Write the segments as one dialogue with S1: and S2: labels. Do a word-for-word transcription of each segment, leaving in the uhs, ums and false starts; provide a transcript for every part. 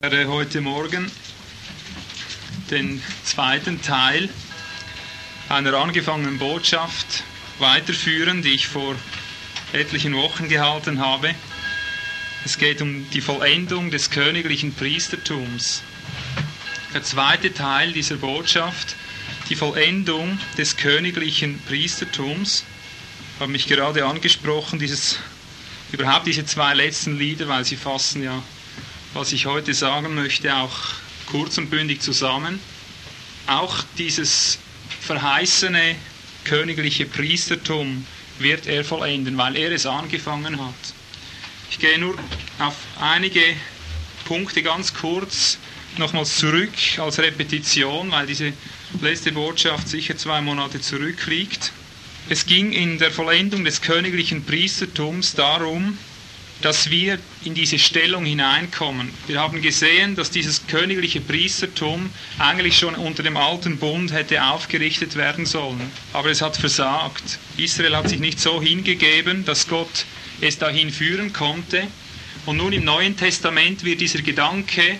S1: Ich werde heute Morgen den zweiten Teil einer angefangenen Botschaft weiterführen, die ich vor etlichen Wochen gehalten habe. Es geht um die Vollendung des königlichen Priestertums. Der zweite Teil dieser Botschaft, die Vollendung des königlichen Priestertums. Ich habe mich gerade angesprochen, dieses, überhaupt diese zwei letzten Lieder, weil sie fassen ja, was ich heute sagen möchte, auch kurz und bündig zusammen. Auch dieses verheißene königliche Priestertum wird er vollenden, weil er es angefangen hat. Ich gehe nur auf einige Punkte ganz kurz nochmals zurück als Repetition, weil diese letzte Botschaft sicher zwei Monate zurückliegt. Es ging in der Vollendung des königlichen Priestertums darum, dass wir in diese Stellung hineinkommen. Wir haben gesehen, dass dieses königliche Priestertum eigentlich schon unter dem alten Bund hätte aufgerichtet werden sollen. Aber es hat versagt. Israel hat sich nicht so hingegeben, dass Gott es dahin führen konnte. Und nun im Neuen Testament wird dieser Gedanke,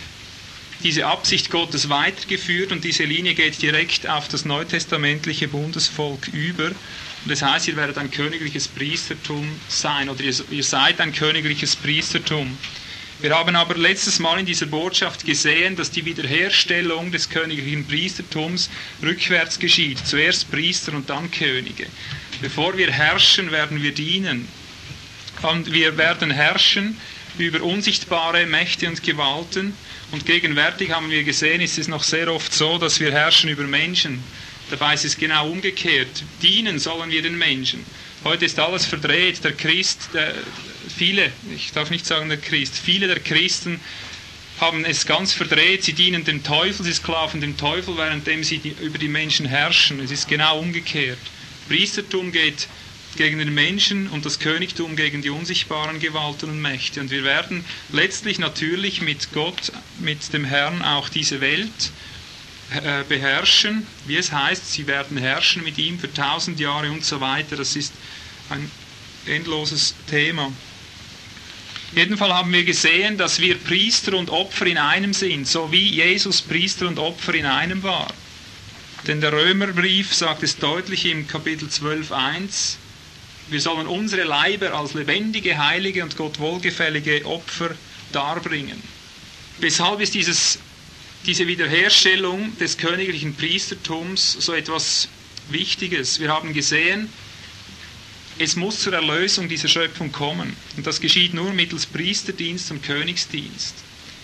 S1: diese Absicht Gottes weitergeführt und diese Linie geht direkt auf das neutestamentliche Bundesvolk über. Und das heißt, ihr werdet ein königliches Priestertum sein oder ihr, ihr seid ein königliches Priestertum. Wir haben aber letztes Mal in dieser Botschaft gesehen, dass die Wiederherstellung des königlichen Priestertums rückwärts geschieht. Zuerst Priester und dann Könige. Bevor wir herrschen, werden wir dienen. Und wir werden herrschen über unsichtbare Mächte und Gewalten. Und gegenwärtig haben wir gesehen, ist es noch sehr oft so, dass wir herrschen über Menschen. Dabei ist es genau umgekehrt. Dienen sollen wir den Menschen. Heute ist alles verdreht. Der Christ, der, viele, ich darf nicht sagen der Christ, viele der Christen haben es ganz verdreht. Sie dienen dem Teufel, sie sklaven dem Teufel, währenddem sie die, über die Menschen herrschen. Es ist genau umgekehrt. Priestertum geht gegen den Menschen und das Königtum gegen die unsichtbaren Gewalten und Mächte. Und wir werden letztlich natürlich mit Gott, mit dem Herrn auch diese Welt äh, beherrschen. Wie es heißt, sie werden herrschen mit ihm für tausend Jahre und so weiter. Das ist ein endloses Thema. Jedenfalls haben wir gesehen, dass wir Priester und Opfer in einem sind, so wie Jesus Priester und Opfer in einem war. Denn der Römerbrief sagt es deutlich im Kapitel zwölf eins, wir sollen unsere Leiber als lebendige, heilige und Gott wohlgefällige Opfer darbringen. Weshalb ist dieses, diese Wiederherstellung des königlichen Priestertums so etwas Wichtiges? Wir haben gesehen, es muss zur Erlösung dieser Schöpfung kommen. Und das geschieht nur mittels Priesterdienst und Königsdienst.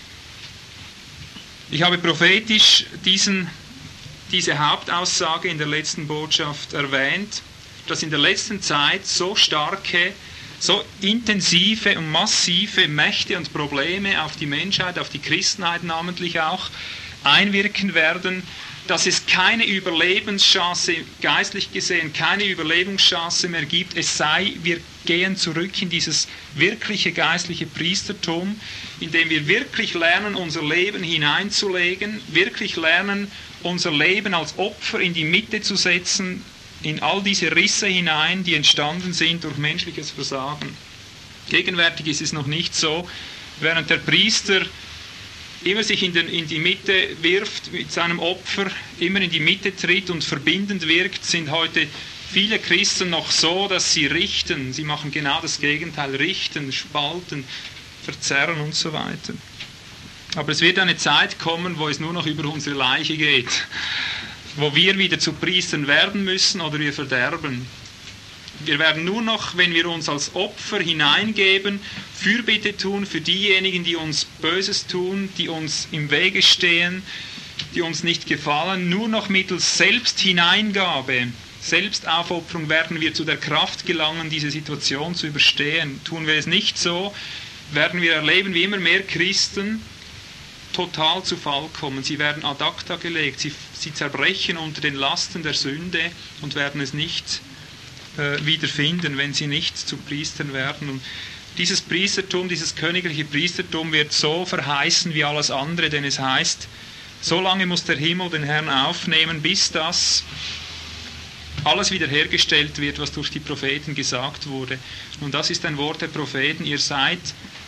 S1: Ich habe prophetisch diesen, diese Hauptaussage in der letzten Botschaft erwähnt, dass in der letzten Zeit so starke, so intensive und massive Mächte und Probleme auf die Menschheit, auf die Christenheit namentlich auch, einwirken werden, dass es keine Überlebenschance, geistlich gesehen, keine Überlebenschance mehr gibt, es sei, wir gehen zurück in dieses wirkliche geistliche Priestertum, in dem wir wirklich lernen, unser Leben hineinzulegen, wirklich lernen, unser Leben als Opfer in die Mitte zu setzen, in all diese Risse hinein, die entstanden sind durch menschliches Versagen. Gegenwärtig ist es noch nicht so, während der Priester immer sich in, den, in die Mitte wirft mit seinem Opfer, immer in die Mitte tritt und verbindend wirkt, sind heute viele Christen noch so, dass sie richten. Sie machen genau das Gegenteil, richten, spalten, verzerren und so weiter. Aber es wird eine Zeit kommen, wo es nur noch über unsere Leiche geht, wo wir wieder zu Priestern werden müssen oder wir verderben. Wir werden nur noch, wenn wir uns als Opfer hineingeben, Fürbitte tun für diejenigen, die uns Böses tun, die uns im Wege stehen, die uns nicht gefallen, nur noch mittels Selbsthineingabe, Selbstaufopferung werden wir zu der Kraft gelangen, diese Situation zu überstehen. Tun wir es nicht so, werden wir erleben, wie immer mehr Christen total zu Fall kommen. Sie werden ad acta gelegt, sie, sie zerbrechen unter den Lasten der Sünde und werden es nicht äh, wiederfinden, wenn sie nicht zu Priestern werden. Und dieses Priestertum, dieses königliche Priestertum wird so verheißen wie alles andere, denn es heißt, so lange muss der Himmel den Herrn aufnehmen, bis das alles wiederhergestellt wird, was durch die Propheten gesagt wurde. Und das ist ein Wort der Propheten, ihr seid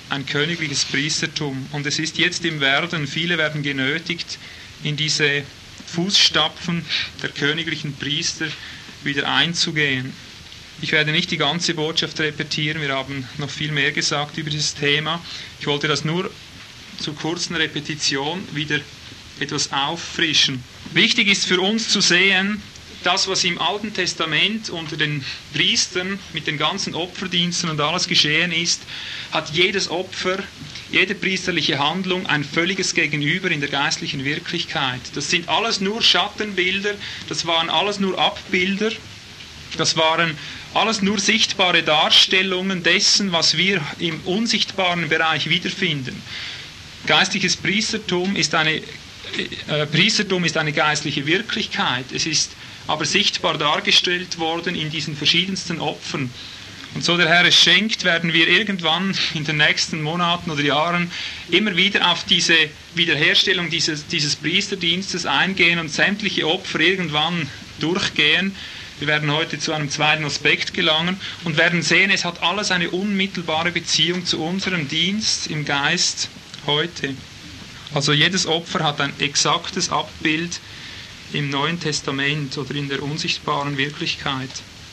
S1: ein königliches Priestertum. Und es ist jetzt im Werden, viele werden genötigt, in diese Fußstapfen der königlichen Priester wieder einzugehen. Ich werde nicht die ganze Botschaft repetieren, wir haben noch viel mehr gesagt über dieses Thema. Ich wollte das nur zur kurzen Repetition wieder etwas auffrischen. Wichtig ist für uns zu sehen, das, was im Alten Testament unter den Priestern mit den ganzen Opferdiensten und alles geschehen ist, hat jedes Opfer, jede priesterliche Handlung ein völliges Gegenüber in der geistlichen Wirklichkeit. Das sind alles nur Schattenbilder, das waren alles nur Abbilder, das waren alles nur sichtbare Darstellungen dessen, was wir im unsichtbaren Bereich wiederfinden. Geistliches Priestertum ist eine, äh, Priestertum ist eine geistliche Wirklichkeit. Es ist aber sichtbar dargestellt worden in diesen verschiedensten Opfern. Und so der Herr es schenkt, werden wir irgendwann in den nächsten Monaten oder Jahren immer wieder auf diese Wiederherstellung dieses, dieses Priesterdienstes eingehen und sämtliche Opfer irgendwann durchgehen. Wir werden heute zu einem zweiten Aspekt gelangen und werden sehen, es hat alles eine unmittelbare Beziehung zu unserem Dienst im Geist heute. Also jedes Opfer hat ein exaktes Abbild im Neuen Testament oder in der unsichtbaren Wirklichkeit.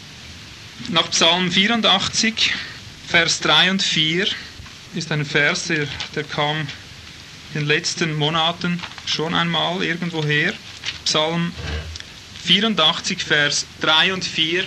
S1: Nach Psalm vierundachtzig, Vers drei und vier, ist ein Vers, der, der kam in den letzten Monaten schon einmal irgendwo her. Psalm vierundachtzig, Vers drei und vier.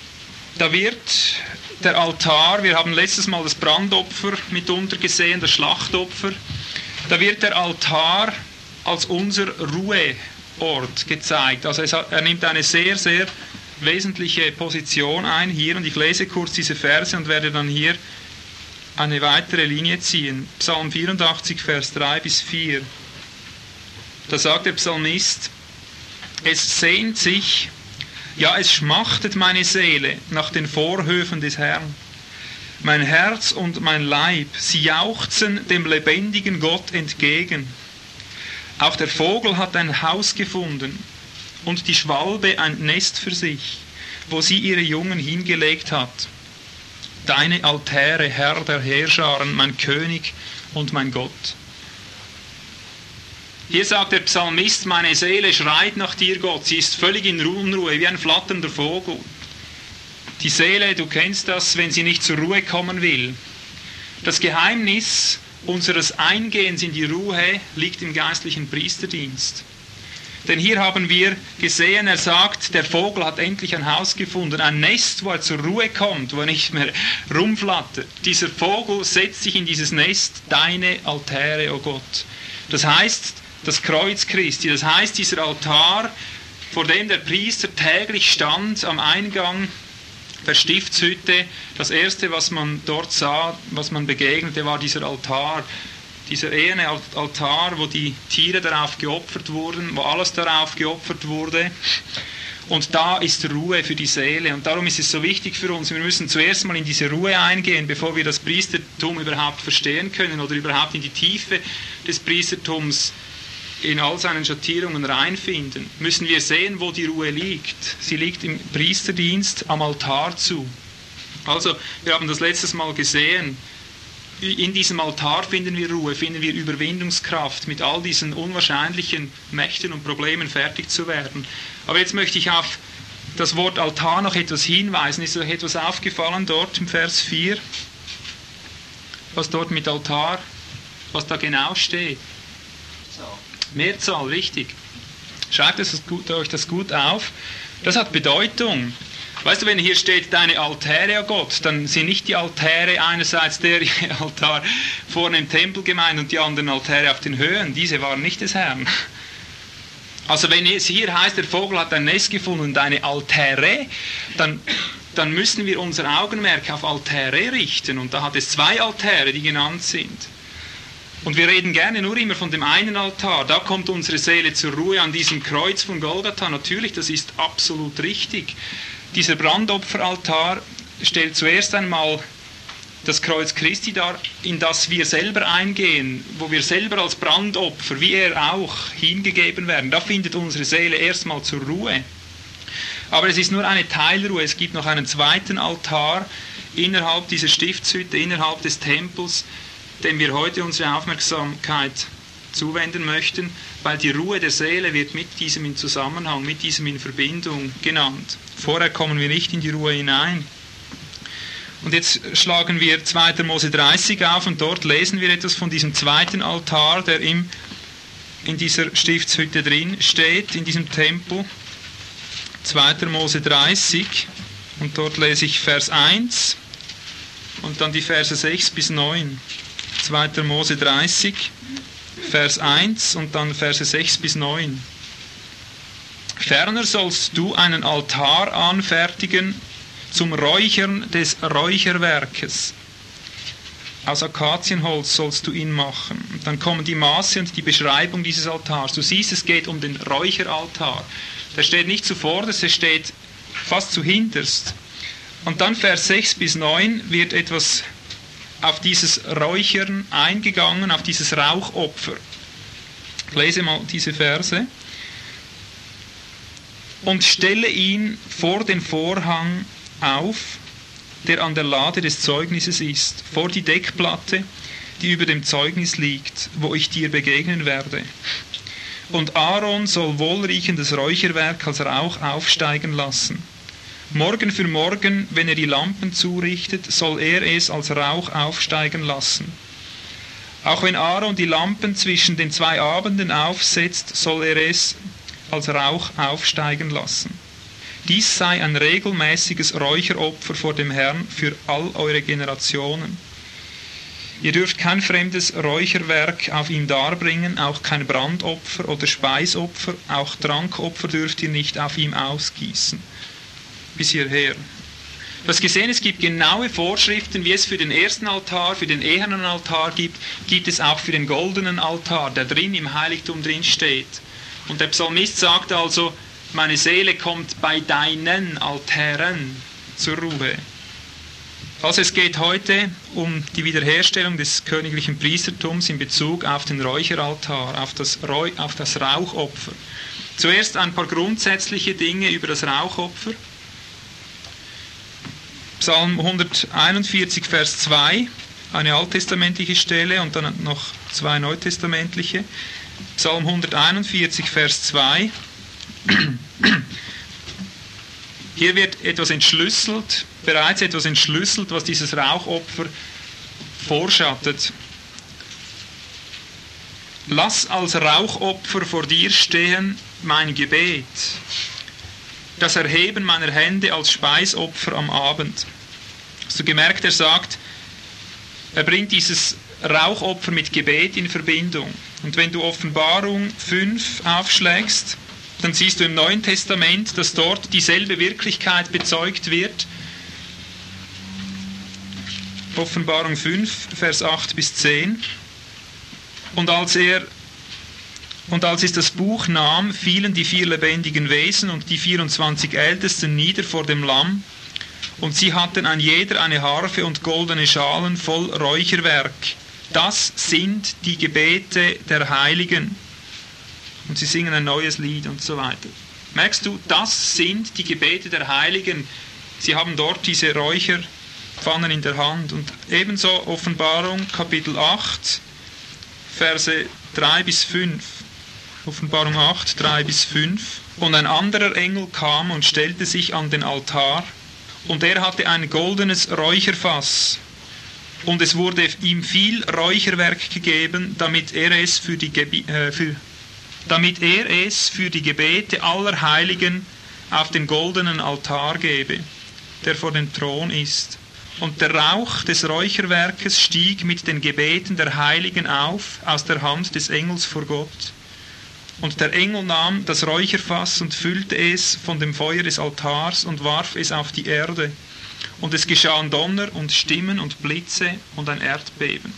S1: Da wird der Altar, wir haben letztes Mal das Brandopfer mitunter gesehen, das Schlachtopfer, da wird der Altar als unser Ruheort gezeigt. Also es hat, er nimmt eine sehr, sehr wesentliche Position ein hier, und ich lese kurz diese Verse und werde dann hier eine weitere Linie ziehen. Psalm vierundachtzig, Vers drei bis vier. Da sagt der Psalmist: Es sehnt sich, ja es schmachtet meine Seele nach den Vorhöfen des Herrn. Mein Herz und mein Leib, sie jauchzen dem lebendigen Gott entgegen. Auch der Vogel hat ein Haus gefunden und die Schwalbe ein Nest für sich, wo sie ihre Jungen hingelegt hat. Deine Altäre, Herr der Heerscharen, mein König und mein Gott. Hier sagt der Psalmist, meine Seele schreit nach dir, Gott. Sie ist völlig in Unruhe, wie ein flatternder Vogel. Die Seele, du kennst das, wenn sie nicht zur Ruhe kommen will. Das Geheimnis unseres Eingehens in die Ruhe liegt im geistlichen Priesterdienst. Denn hier haben wir gesehen, er sagt, der Vogel hat endlich ein Haus gefunden, ein Nest, wo er zur Ruhe kommt, wo er nicht mehr rumflattert. Dieser Vogel setzt sich in dieses Nest, deine Altäre, o oh Gott. Das heißt, das Kreuz Christi, das heißt, dieser Altar, vor dem der Priester täglich stand am Eingang der Stiftshütte, das erste, was man dort sah, was man begegnete, war dieser Altar. Dieser eherne Altar, wo die Tiere darauf geopfert wurden, wo alles darauf geopfert wurde. Und da ist Ruhe für die Seele. Und darum ist es so wichtig für uns, wir müssen zuerst mal in diese Ruhe eingehen, bevor wir das Priestertum überhaupt verstehen können oder überhaupt in die Tiefe des Priestertums in all seinen Schattierungen reinfinden. Müssen wir sehen, wo die Ruhe liegt. Sie liegt im Priesterdienst am Altar zu. Also, wir haben das letztes Mal gesehen, in diesem Altar finden wir Ruhe, finden wir Überwindungskraft, mit all diesen unwahrscheinlichen Mächten und Problemen fertig zu werden. Aber jetzt möchte ich auf das Wort Altar noch etwas hinweisen. Ist euch etwas aufgefallen dort im Vers vier? Was dort mit Altar, was da genau steht? Mehrzahl, richtig. Schreibt das gut, euch das gut auf. Das hat Bedeutung. Weißt du, wenn hier steht, deine Altäre, o Gott, dann sind nicht die Altäre einerseits der Altar vorne im Tempel gemeint und die anderen Altäre auf den Höhen. Diese waren nicht des Herrn. Also wenn es hier heißt, der Vogel hat ein Nest gefunden, deine Altäre, dann, dann müssen wir unser Augenmerk auf Altäre richten. Und da hat es zwei Altäre, die genannt sind. Und wir reden gerne nur immer von dem einen Altar. Da kommt unsere Seele zur Ruhe an diesem Kreuz von Golgatha. Natürlich, das ist absolut richtig. Dieser Brandopferaltar stellt zuerst einmal das Kreuz Christi dar, in das wir selber eingehen, wo wir selber als Brandopfer, wie er auch, hingegeben werden. Da findet unsere Seele erstmal zur Ruhe. Aber es ist nur eine Teilruhe. Es gibt noch einen zweiten Altar innerhalb dieser Stiftshütte, innerhalb des Tempels, dem wir heute unsere Aufmerksamkeit zuwenden möchten, weil die Ruhe der Seele wird mit diesem in Zusammenhang, mit diesem in Verbindung genannt. Vorher kommen wir nicht in die Ruhe hinein. Und jetzt schlagen wir zweiter Mose dreißig auf und dort lesen wir etwas von diesem zweiten Altar, der im, in dieser Stiftshütte drin steht, in diesem Tempel. zweiter Mose dreißig und dort lese ich Vers eins und dann die Verse sechs bis neun. zweiter Mose dreißig, Vers eins und dann Verse sechs bis neun. Ferner sollst du einen Altar anfertigen zum Räuchern des Räucherwerkes. Aus Akazienholz sollst du ihn machen. Und dann kommen die Maße und die Beschreibung dieses Altars. Du siehst, es geht um den Räucheraltar. Der steht nicht zuvorderst, der steht fast zuhinterst. Und dann Vers sechs bis neun wird etwas auf dieses Räuchern eingegangen, auf dieses Rauchopfer. Ich lese mal diese Verse. Und stelle ihn vor den Vorhang auf, der an der Lade des Zeugnisses ist, vor die Deckplatte, die über dem Zeugnis liegt, wo ich dir begegnen werde. Und Aaron soll wohlriechendes Räucherwerk als Rauch aufsteigen lassen. Morgen für morgen, wenn er die Lampen zurichtet, soll er es als Rauch aufsteigen lassen. Auch wenn Aaron die Lampen zwischen den zwei Abenden aufsetzt, soll er es als Rauch aufsteigen lassen. Dies sei ein regelmäßiges Räucheropfer vor dem Herrn für all eure Generationen. Ihr dürft kein fremdes Räucherwerk auf ihm darbringen, auch kein Brandopfer oder Speisopfer, auch Trankopfer dürft ihr nicht auf ihm ausgießen. Bis hierher. Du hast gesehen, es gibt genaue Vorschriften, wie es für den ersten Altar, für den ehernen Altar gibt, gibt es auch für den goldenen Altar, der drin im Heiligtum drin steht. Und der Psalmist sagt also, meine Seele kommt bei deinen Altären zur Ruhe. Also es geht heute um die Wiederherstellung des königlichen Priestertums in Bezug auf den Räucheraltar, auf das, Räu- auf das Rauchopfer. Zuerst ein paar grundsätzliche Dinge über das Rauchopfer. Psalm hunderteinundvierzig, Vers zwei, eine alttestamentliche Stelle und dann noch zwei neutestamentliche. Psalm hunderteinundvierzig, Vers zwei. Hier wird etwas entschlüsselt, bereits etwas entschlüsselt, was dieses Rauchopfer vorschattet. Lass als Rauchopfer vor dir stehen mein Gebet, das Erheben meiner Hände als Speisopfer am Abend. Hast du gemerkt, er sagt, er bringt dieses Rauchopfer mit Gebet in Verbindung. Und wenn du Offenbarung fünf aufschlägst, dann siehst du im Neuen Testament, dass dort dieselbe Wirklichkeit bezeugt wird. Offenbarung fünf, Vers acht bis zehn. Und als er Und als es das Buch nahm, fielen die vier lebendigen Wesen und die vierundzwanzig Ältesten nieder vor dem Lamm, und sie hatten ein jeder eine Harfe und goldene Schalen voll Räucherwerk. Das sind die Gebete der Heiligen. Und sie singen ein neues Lied und so weiter. Merkst du, das sind die Gebete der Heiligen. Sie haben dort diese Räucherpfannen in der Hand. Und ebenso Offenbarung Kapitel acht, Verse drei bis fünf. Offenbarung acht, drei bis fünf. Und ein anderer Engel kam und stellte sich an den Altar, und er hatte ein goldenes Räucherfass, und es wurde ihm viel Räucherwerk gegeben, damit er es für die, Gebi- äh, für, damit er es für die Gebete aller Heiligen auf den goldenen Altar gebe, der vor dem Thron ist. Und der Rauch des Räucherwerkes stieg mit den Gebeten der Heiligen auf aus der Hand des Engels vor Gott. Und der Engel nahm das Räucherfass und füllte es von dem Feuer des Altars und warf es auf die Erde. Und es geschahen Donner und Stimmen und Blitze und ein Erdbeben.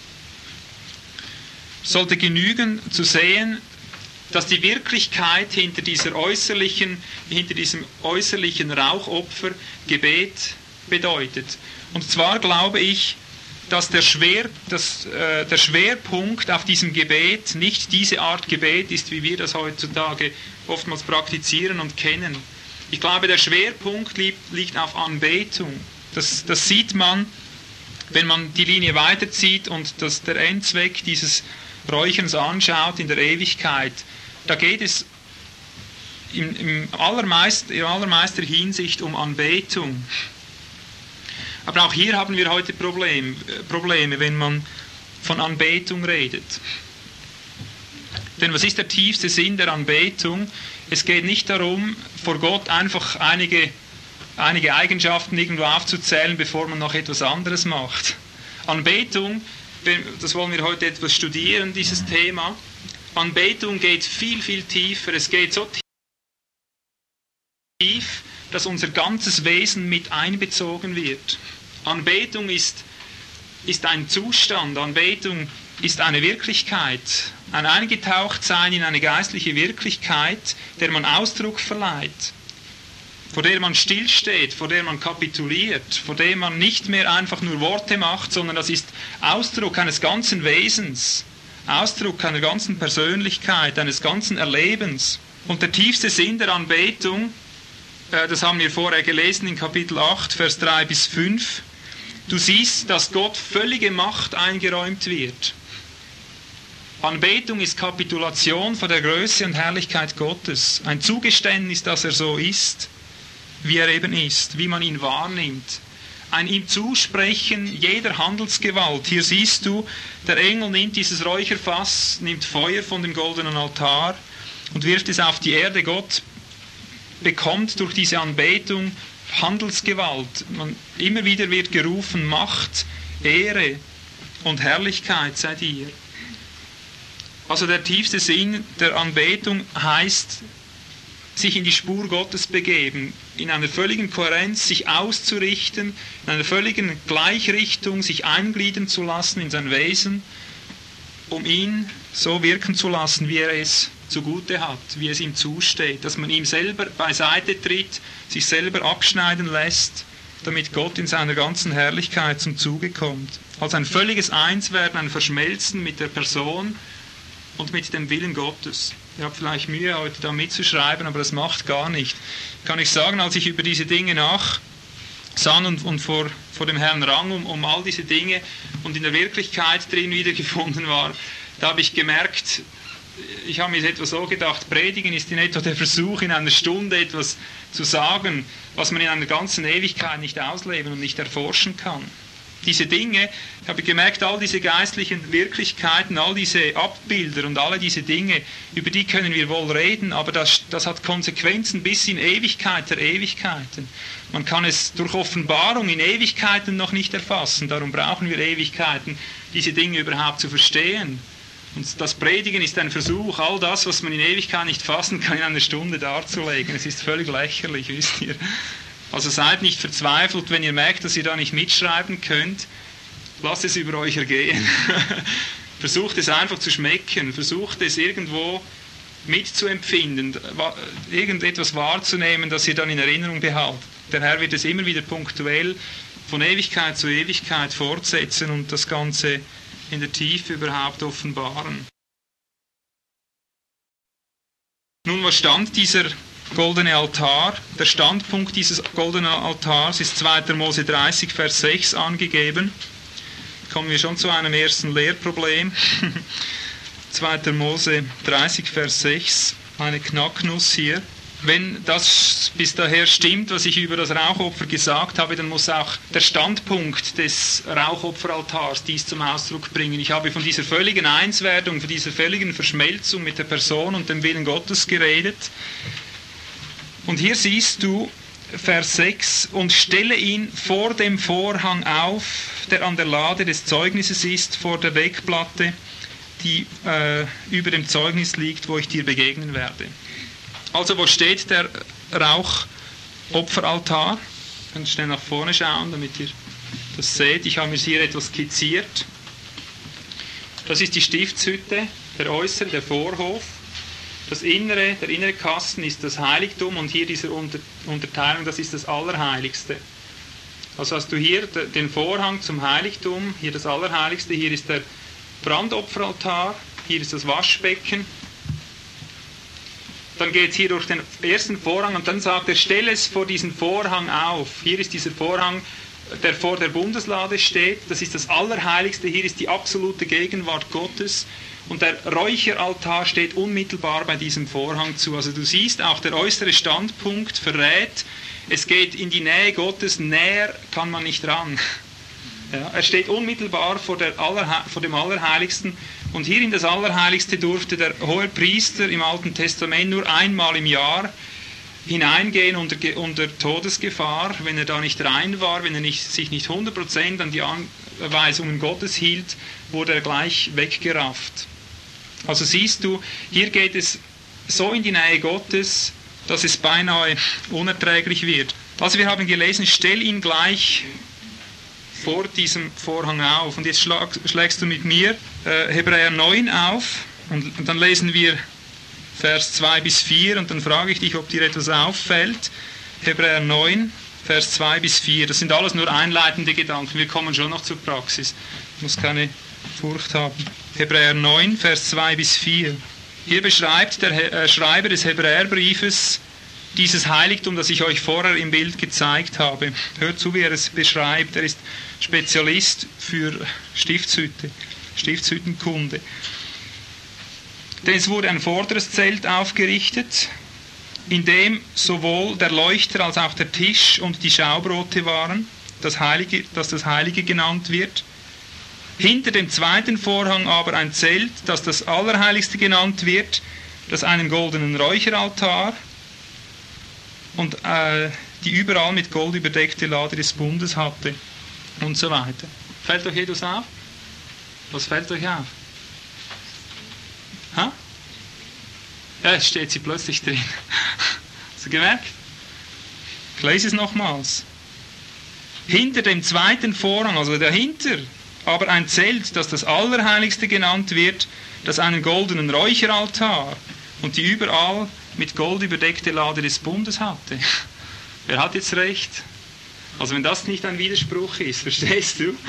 S1: Es sollte genügen zu sehen, dass die Wirklichkeit hinter dieser äußerlichen, hinter diesem äußerlichen Rauchopfer Gebet bedeutet. Und zwar glaube ich, dass der, Schwer, dass, äh, der Schwerpunkt auf diesem Gebet nicht diese Art Gebet ist, wie wir das heutzutage oftmals praktizieren und kennen. Ich glaube, der Schwerpunkt liegt, liegt auf Anbetung. Das, das sieht man Wenn man die Linie weiterzieht und das, der Endzweck dieses Räucherns anschaut in der Ewigkeit, da geht es im, im allermeist, in allermeister Hinsicht um Anbetung. Aber auch hier haben wir heute Problem, Probleme, wenn man von Anbetung redet. Denn was ist der tiefste Sinn der Anbetung? Es geht nicht darum, vor Gott einfach einige, einige Eigenschaften irgendwo aufzuzählen, bevor man noch etwas anderes macht. Anbetung, das wollen wir heute etwas studieren, dieses Thema. Anbetung geht viel, viel tiefer. Es geht so tief, dass unser ganzes Wesen mit einbezogen wird. Anbetung ist, ist ein Zustand, Anbetung ist eine Wirklichkeit, ein Eingetauchtsein in eine geistliche Wirklichkeit, der man Ausdruck verleiht, vor der man stillsteht, vor der man kapituliert, vor der man nicht mehr einfach nur Worte macht, sondern das ist Ausdruck eines ganzen Wesens, Ausdruck einer ganzen Persönlichkeit, eines ganzen Erlebens. Und der tiefste Sinn der Anbetung, das haben wir vorher gelesen in Kapitel acht, Vers drei bis fünf. Du siehst, dass Gott völlige Macht eingeräumt wird. Anbetung ist Kapitulation vor der Größe und Herrlichkeit Gottes. Ein Zugeständnis, dass er so ist, wie er eben ist, wie man ihn wahrnimmt. Ein ihm Zusprechen jeder Handelsgewalt. Hier siehst du, der Engel nimmt dieses Räucherfass, nimmt Feuer von dem goldenen Altar und wirft es auf die Erde. Gott bekommt durch diese Anbetung Handelsgewalt. Man, immer wieder wird gerufen, Macht, Ehre und Herrlichkeit sei dir. Also der tiefste Sinn der Anbetung heißt, sich in die Spur Gottes begeben, in einer völligen Kohärenz sich auszurichten, in einer völligen Gleichrichtung sich eingliedern zu lassen in sein Wesen, um ihn so wirken zu lassen, wie er es zugute hat, wie es ihm zusteht, dass man ihm selber beiseite tritt, sich selber abschneiden lässt, damit Gott in seiner ganzen Herrlichkeit zum Zuge kommt. Also ein völliges Einswerden, ein Verschmelzen mit der Person und mit dem Willen Gottes. Ihr habt vielleicht Mühe, heute da mitzuschreiben, aber das macht gar nicht. Kann ich sagen, als ich über diese Dinge nachsann und, und vor, vor dem Herrn rang um, um all diese Dinge und in der Wirklichkeit drin wiedergefunden war, da habe ich gemerkt, ich habe mir etwa so gedacht, Predigen ist in etwa der Versuch, in einer Stunde etwas zu sagen, was man in einer ganzen Ewigkeit nicht ausleben und nicht erforschen kann. Diese Dinge, ich habe gemerkt, all diese geistlichen Wirklichkeiten, all diese Abbilder und alle diese Dinge, über die können wir wohl reden, aber das, das hat Konsequenzen bis in Ewigkeit der Ewigkeiten. Man kann es durch Offenbarung in Ewigkeiten noch nicht erfassen, darum brauchen wir Ewigkeiten, diese Dinge überhaupt zu verstehen. Und das Predigen ist ein Versuch, all das, was man in Ewigkeit nicht fassen kann, in einer Stunde darzulegen. Es ist völlig lächerlich, wisst ihr. Also seid nicht verzweifelt, wenn ihr merkt, dass ihr da nicht mitschreiben könnt. Lasst es über euch ergehen. Versucht es einfach zu schmecken. Versucht es irgendwo mitzuempfinden. Irgendetwas wahrzunehmen, das ihr dann in Erinnerung behaltet. Der Herr wird es immer wieder punktuell von Ewigkeit zu Ewigkeit fortsetzen und das Ganze in der Tiefe überhaupt offenbaren. Nun, was stand dieser goldene Altar? Der Standpunkt dieses goldenen Altars ist zweiter Mose dreißig, Vers sechs angegeben. Kommen wir schon zu einem ersten Lehrproblem. zweiter Mose dreißig, Vers sechs, eine Knacknuss hier. Wenn das bis daher stimmt, was ich über das Rauchopfer gesagt habe, dann muss auch der Standpunkt des Rauchopferaltars dies zum Ausdruck bringen. Ich habe von dieser völligen Einswerdung, von dieser völligen Verschmelzung mit der Person und dem Willen Gottes geredet. Und hier siehst du Vers sechs, und stelle ihn vor dem Vorhang auf, der an der Lade des Zeugnisses ist, vor der Deckplatte, die äh, über dem Zeugnis liegt, wo ich dir begegnen werde. Also wo steht der Rauchopferaltar? Ihr könnt schnell nach vorne schauen, damit ihr das seht. Ich habe mir hier etwas skizziert. Das ist die Stiftshütte, der äußere, der Vorhof. Das innere, der innere Kasten ist das Heiligtum und hier diese Unter Unterteilung, das ist das Allerheiligste. Also hast du hier den Vorhang zum Heiligtum, hier das Allerheiligste, hier ist der Brandopferaltar, hier ist das Waschbecken. Dann geht es hier durch den ersten Vorhang und dann sagt er, stell es vor diesen Vorhang auf. Hier ist dieser Vorhang der vor der Bundeslade steht. Das ist das Allerheiligste. Hier ist die absolute Gegenwart Gottes. Und der Räucheraltar steht unmittelbar bei diesem Vorhang zu. Also du siehst, auch der äußere Standpunkt verrät, es geht in die Nähe Gottes, näher kann man nicht ran. Ja, er steht unmittelbar vor, der Allerhe- vor dem Allerheiligsten. Und hier in das Allerheiligste durfte der hohe Priester im Alten Testament nur einmal im Jahr hineingehen unter, unter Todesgefahr, wenn er da nicht rein war, wenn er nicht, sich nicht hundert Prozent an die Anweisungen Gottes hielt, wurde er gleich weggerafft. Also siehst du, hier geht es so in die Nähe Gottes, dass es beinahe unerträglich wird. Also wir haben gelesen, stell ihn gleich vor diesem Vorhang auf. Und jetzt schlag, schlägst du mit mir äh, Hebräer neun auf und, und dann lesen wir Vers zwei bis vier und dann frage ich dich, ob dir etwas auffällt. Hebräer neun, Vers zwei bis vier. Das sind alles nur einleitende Gedanken. Wir kommen schon noch zur Praxis. Ich muss keine Furcht haben. Hebräer neun, Vers zwei bis vier. Hier beschreibt der He- äh, Schreiber des Hebräerbriefes dieses Heiligtum, das ich euch vorher im Bild gezeigt habe. Hört zu, wie er es beschreibt. Er ist Spezialist für Stiftshütte, Stiftshüttenkunde. Denn es wurde ein vorderes Zelt aufgerichtet, in dem sowohl der Leuchter als auch der Tisch und die Schaubrote waren, das Heilige, das das Heilige genannt wird. Hinter dem zweiten Vorhang aber ein Zelt, das das Allerheiligste genannt wird, das einen goldenen Räucheraltar und äh, die überall mit Gold überdeckte Lade des Bundes hatte und so weiter. Fällt euch etwas auf? Was fällt euch auf? Ha? Ja, jetzt steht sie plötzlich drin. Hast du gemerkt? Ich lese es nochmals. Hinter dem zweiten Vorhang, also dahinter, aber ein Zelt, das das Allerheiligste genannt wird, das einen goldenen Räucheraltar und die überall mit Gold überdeckte Lade des Bundes hatte. Wer hat jetzt recht? Also wenn das nicht ein Widerspruch ist, verstehst du?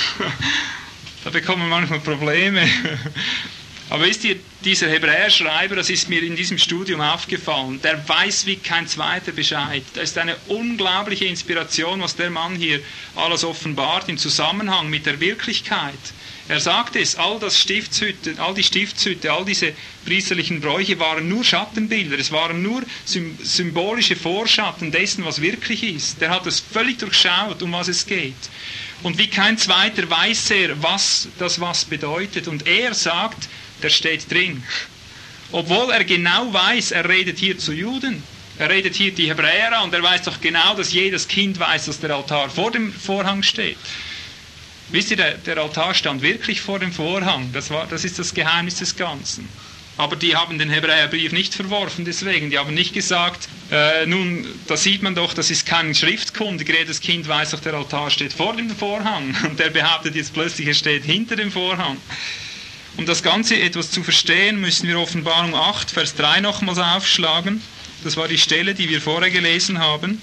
S1: Da bekommen wir manchmal Probleme. Aber wisst ihr, dieser Hebräerschreiber, das ist mir in diesem Studium aufgefallen, der weiß wie kein zweiter Bescheid. Das ist eine unglaubliche Inspiration, was der Mann hier alles offenbart im Zusammenhang mit der Wirklichkeit. Er sagt es, all das Stiftshütte, all die Stiftshütte, all diese priesterlichen Bräuche waren nur Schattenbilder, es waren nur symbolische Vorschatten dessen, was wirklich ist. Der hat es völlig durchschaut, um was es geht. Und wie kein zweiter weiß er, was das was bedeutet. Und er sagt, der steht drin. Obwohl er genau weiß, er redet hier zu Juden. Er redet hier die Hebräer an und er weiß doch genau, dass jedes Kind weiß, dass der Altar vor dem Vorhang steht. Wisst ihr, der, der Altar stand wirklich vor dem Vorhang. Das, war, das ist das Geheimnis des Ganzen. Aber die haben den Hebräerbrief nicht verworfen deswegen. Die haben nicht gesagt, äh, nun, da sieht man doch, das ist kein Schriftkundiger. Jedes Kind weiß doch, der Altar steht vor dem Vorhang. Und der behauptet jetzt plötzlich, er steht hinter dem Vorhang. Um das Ganze etwas zu verstehen, müssen wir Offenbarung acht, Vers drei nochmals aufschlagen. Das war die Stelle, die wir vorher gelesen haben.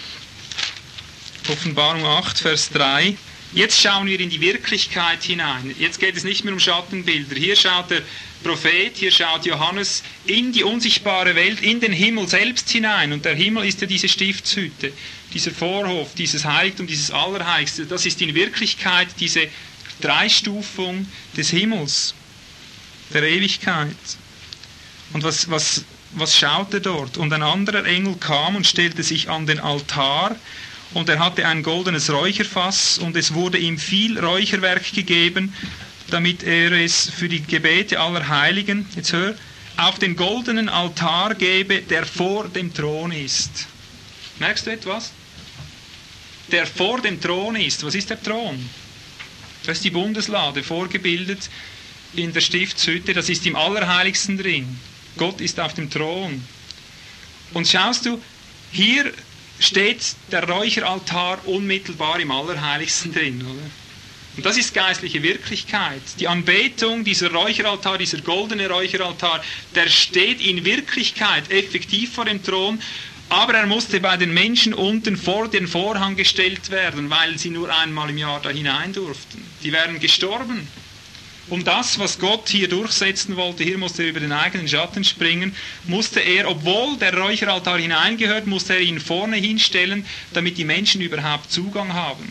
S1: Offenbarung acht, Vers drei. Jetzt schauen wir in die Wirklichkeit hinein. Jetzt geht es nicht mehr um Schattenbilder. Hier schaut der Prophet, hier schaut Johannes in die unsichtbare Welt, in den Himmel selbst hinein. Und der Himmel ist ja diese Stiftshütte, dieser Vorhof, dieses Heiligtum, dieses Allerheiligste. Das ist in Wirklichkeit diese Dreistufung des Himmels, der Ewigkeit. Und was, was, was schaut er dort? Und ein anderer Engel kam und stellte sich an den Altar, und er hatte ein goldenes Räucherfass, und es wurde ihm viel Räucherwerk gegeben, damit er es für die Gebete aller Heiligen, jetzt hör, auf den goldenen Altar gebe, der vor dem Thron ist. Merkst du etwas? Der vor dem Thron ist. Was ist der Thron? Das ist die Bundeslade, vorgebildet in der Stiftshütte, das ist im Allerheiligsten drin. Gott ist auf dem Thron. Und schaust du, hier steht der Räucheraltar unmittelbar im Allerheiligsten drin, oder? Und das ist geistliche Wirklichkeit. Die Anbetung, dieser Räucheraltar, dieser goldene Räucheraltar, der steht in Wirklichkeit effektiv vor dem Thron, aber er musste bei den Menschen unten vor den Vorhang gestellt werden, weil sie nur einmal im Jahr da hinein durften. Die wären gestorben. Um das, was Gott hier durchsetzen wollte, hier musste er über den eigenen Schatten springen, musste er, obwohl der Räucheraltar hineingehört, musste er ihn vorne hinstellen, damit die Menschen überhaupt Zugang haben.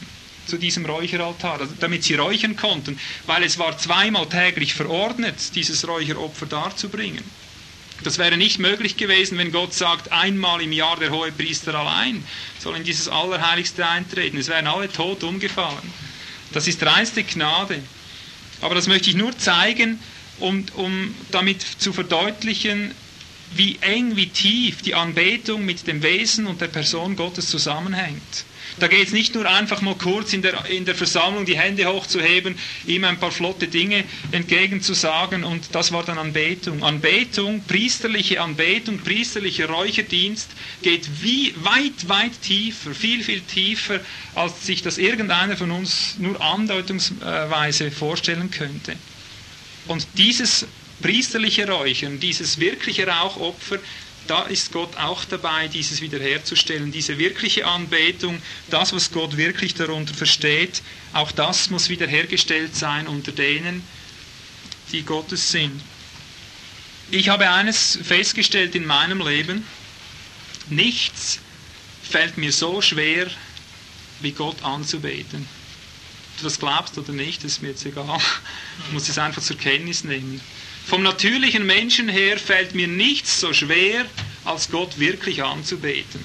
S1: zu diesem Räucheraltar, damit sie räuchern konnten, weil es war zweimal täglich verordnet, dieses Räucheropfer darzubringen. Das wäre nicht möglich gewesen, wenn Gott sagt, einmal im Jahr der Hohepriester allein soll in dieses Allerheiligste eintreten. Es wären alle tot umgefallen. Das ist reinste Gnade. Aber das möchte ich nur zeigen, um, um damit zu verdeutlichen, wie eng, wie tief die Anbetung mit dem Wesen und der Person Gottes zusammenhängt. Da geht es nicht nur einfach mal kurz in der, in der Versammlung die Hände hochzuheben, ihm ein paar flotte Dinge entgegenzusagen und das war dann Anbetung. Anbetung, priesterliche Anbetung, priesterlicher Räucherdienst geht wie weit, weit tiefer, viel, viel tiefer, als sich das irgendeiner von uns nur andeutungsweise vorstellen könnte. Und dieses priesterliche Räuchern, dieses wirkliche Rauchopfer, da ist Gott auch dabei, dieses wiederherzustellen, diese wirkliche Anbetung, das, was Gott wirklich darunter versteht, auch das muss wiederhergestellt sein unter denen, die Gottes sind. Ich habe eines festgestellt in meinem Leben, nichts fällt mir so schwer, wie Gott anzubeten. Ob du das glaubst oder nicht, ist mir jetzt egal. Ich muss es einfach zur Kenntnis nehmen. Vom natürlichen Menschen her fällt mir nichts so schwer, als Gott wirklich anzubeten.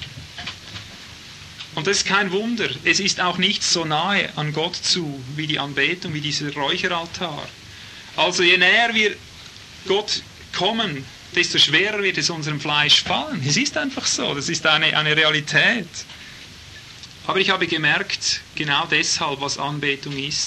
S1: Und das ist kein Wunder. Es ist auch nichts so nahe an Gott zu, wie die Anbetung, wie dieser Räucheraltar. Also je näher wir Gott kommen, desto schwerer wird es unserem Fleisch fallen. Es ist einfach so, das ist eine, eine Realität. Aber ich habe gemerkt, genau deshalb, was Anbetung ist.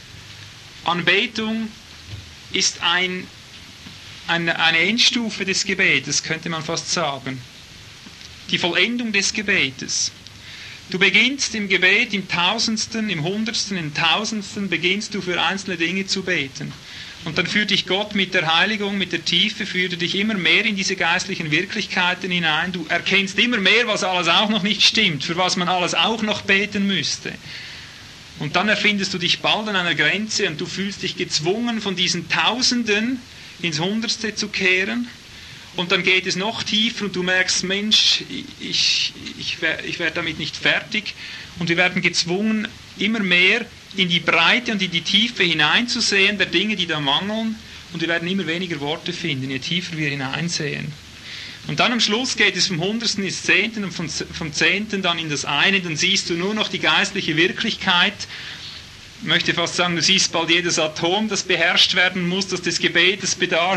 S1: Anbetung ist ein Eine, eine Endstufe des Gebetes, könnte man fast sagen. Die Vollendung des Gebetes. Du beginnst im Gebet im Tausendsten, im Hundertsten, im Tausendsten, beginnst du für einzelne Dinge zu beten. Und dann führt dich Gott mit der Heiligung, mit der Tiefe, führt dich immer mehr in diese geistlichen Wirklichkeiten hinein. Du erkennst immer mehr, was alles auch noch nicht stimmt, für was man alles auch noch beten müsste. Und dann erfindest du dich bald an einer Grenze und du fühlst dich gezwungen, von diesen Tausenden ins Hundertste zu kehren, und dann geht es noch tiefer und du merkst, Mensch, ich, ich, ich werde damit nicht fertig, und wir werden gezwungen, immer mehr in die Breite und in die Tiefe hineinzusehen der Dinge, die da mangeln, und wir werden immer weniger Worte finden, je tiefer wir hineinsehen. Und dann am Schluss geht es vom Hundertsten ins Zehnten und vom, vom Zehnten dann in das Eine, dann siehst du nur noch die geistliche Wirklichkeit. Ich möchte fast sagen, du siehst bald jedes Atom, das beherrscht werden muss, das des Gebetes bedarf.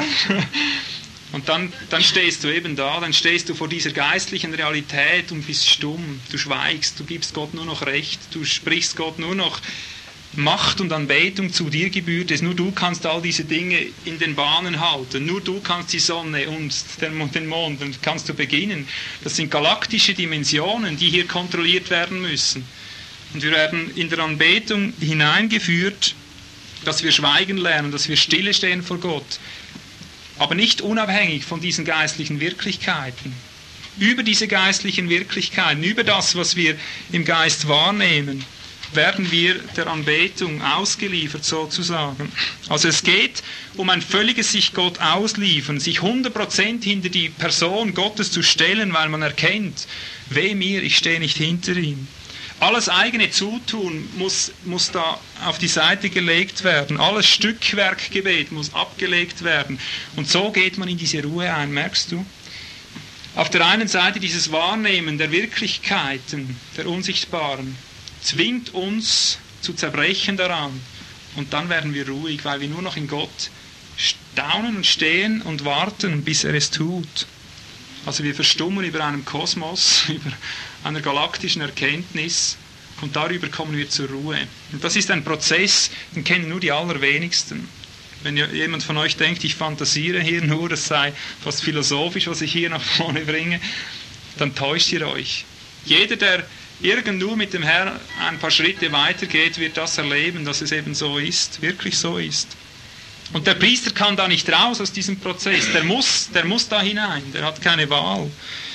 S1: Und dann, dann stehst du eben da, dann stehst du vor dieser geistlichen Realität und bist stumm. Du schweigst, du gibst Gott nur noch Recht, du sprichst Gott nur noch Macht und Anbetung zu, dir gebührt es. Nur du kannst all diese Dinge in den Bahnen halten. Nur du kannst die Sonne und den Mond, und kannst du beginnen. Das sind galaktische Dimensionen, die hier kontrolliert werden müssen. Und wir werden in der Anbetung hineingeführt, dass wir schweigen lernen, dass wir stille stehen vor Gott. Aber nicht unabhängig von diesen geistlichen Wirklichkeiten. Über diese geistlichen Wirklichkeiten, über das, was wir im Geist wahrnehmen, werden wir der Anbetung ausgeliefert sozusagen. Also es geht um ein völliges sich Gott ausliefern, sich hundert Prozent hinter die Person Gottes zu stellen, weil man erkennt, weh mir, ich stehe nicht hinter ihm. Alles eigene Zutun muss, muss da auf die Seite gelegt werden. Alles Stückwerkgebet muss abgelegt werden. Und so geht man in diese Ruhe ein, merkst du? Auf der einen Seite dieses Wahrnehmen der Wirklichkeiten, der Unsichtbaren, zwingt uns zu zerbrechen daran. Und dann werden wir ruhig, weil wir nur noch in Gott staunen und stehen und warten, bis er es tut. Also wir verstummen über einem Kosmos, über einer galaktischen Erkenntnis, und darüber kommen wir zur Ruhe. Und das ist ein Prozess, den kennen nur die allerwenigsten. Wenn jemand von euch denkt, ich fantasiere hier nur, das sei fast philosophisch, was ich hier nach vorne bringe, dann täuscht ihr euch. Jeder, der irgend nur mit dem Herrn ein paar Schritte weitergeht, wird das erleben, dass es eben so ist, wirklich so ist. Und der Priester kann da nicht raus aus diesem Prozess, der muss, der muss da hinein, der hat keine Wahl.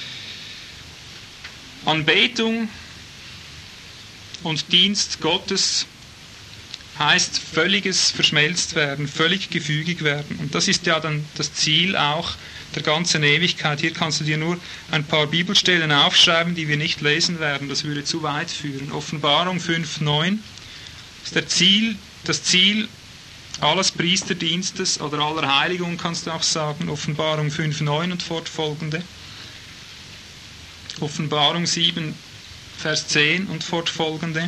S1: Anbetung und Dienst Gottes heißt völliges verschmelzt werden, völlig gefügig werden. Und das ist ja dann das Ziel auch der ganzen Ewigkeit. Hier kannst du dir nur ein paar Bibelstellen aufschreiben, die wir nicht lesen werden, das würde zu weit führen. Offenbarung fünf neun. Das ist der Ziel, das Ziel alles Priesterdienstes oder aller Heiligung, kannst du auch sagen, Offenbarung fünf neun und fortfolgende. Offenbarung sieben, Vers zehn und fortfolgende.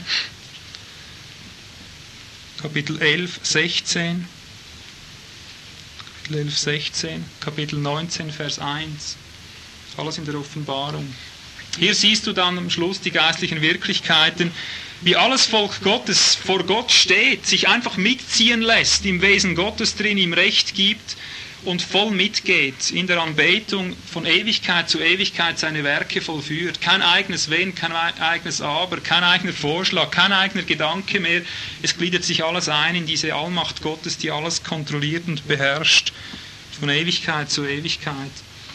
S1: Kapitel elf, sechzehn. Kapitel elf, sechzehn. Kapitel neunzehn, Vers eins. Alles in der Offenbarung. Hier siehst du dann am Schluss die geistlichen Wirklichkeiten, wie alles Volk Gottes vor Gott steht, sich einfach mitziehen lässt, im Wesen Gottes drin, ihm Recht gibt und voll mitgeht, in der Anbetung von Ewigkeit zu Ewigkeit seine Werke vollführt. Kein eigenes Wenn, kein eigenes Aber, kein eigener Vorschlag, kein eigener Gedanke mehr. Es gliedert sich alles ein in diese Allmacht Gottes, die alles kontrolliert und beherrscht, von Ewigkeit zu Ewigkeit.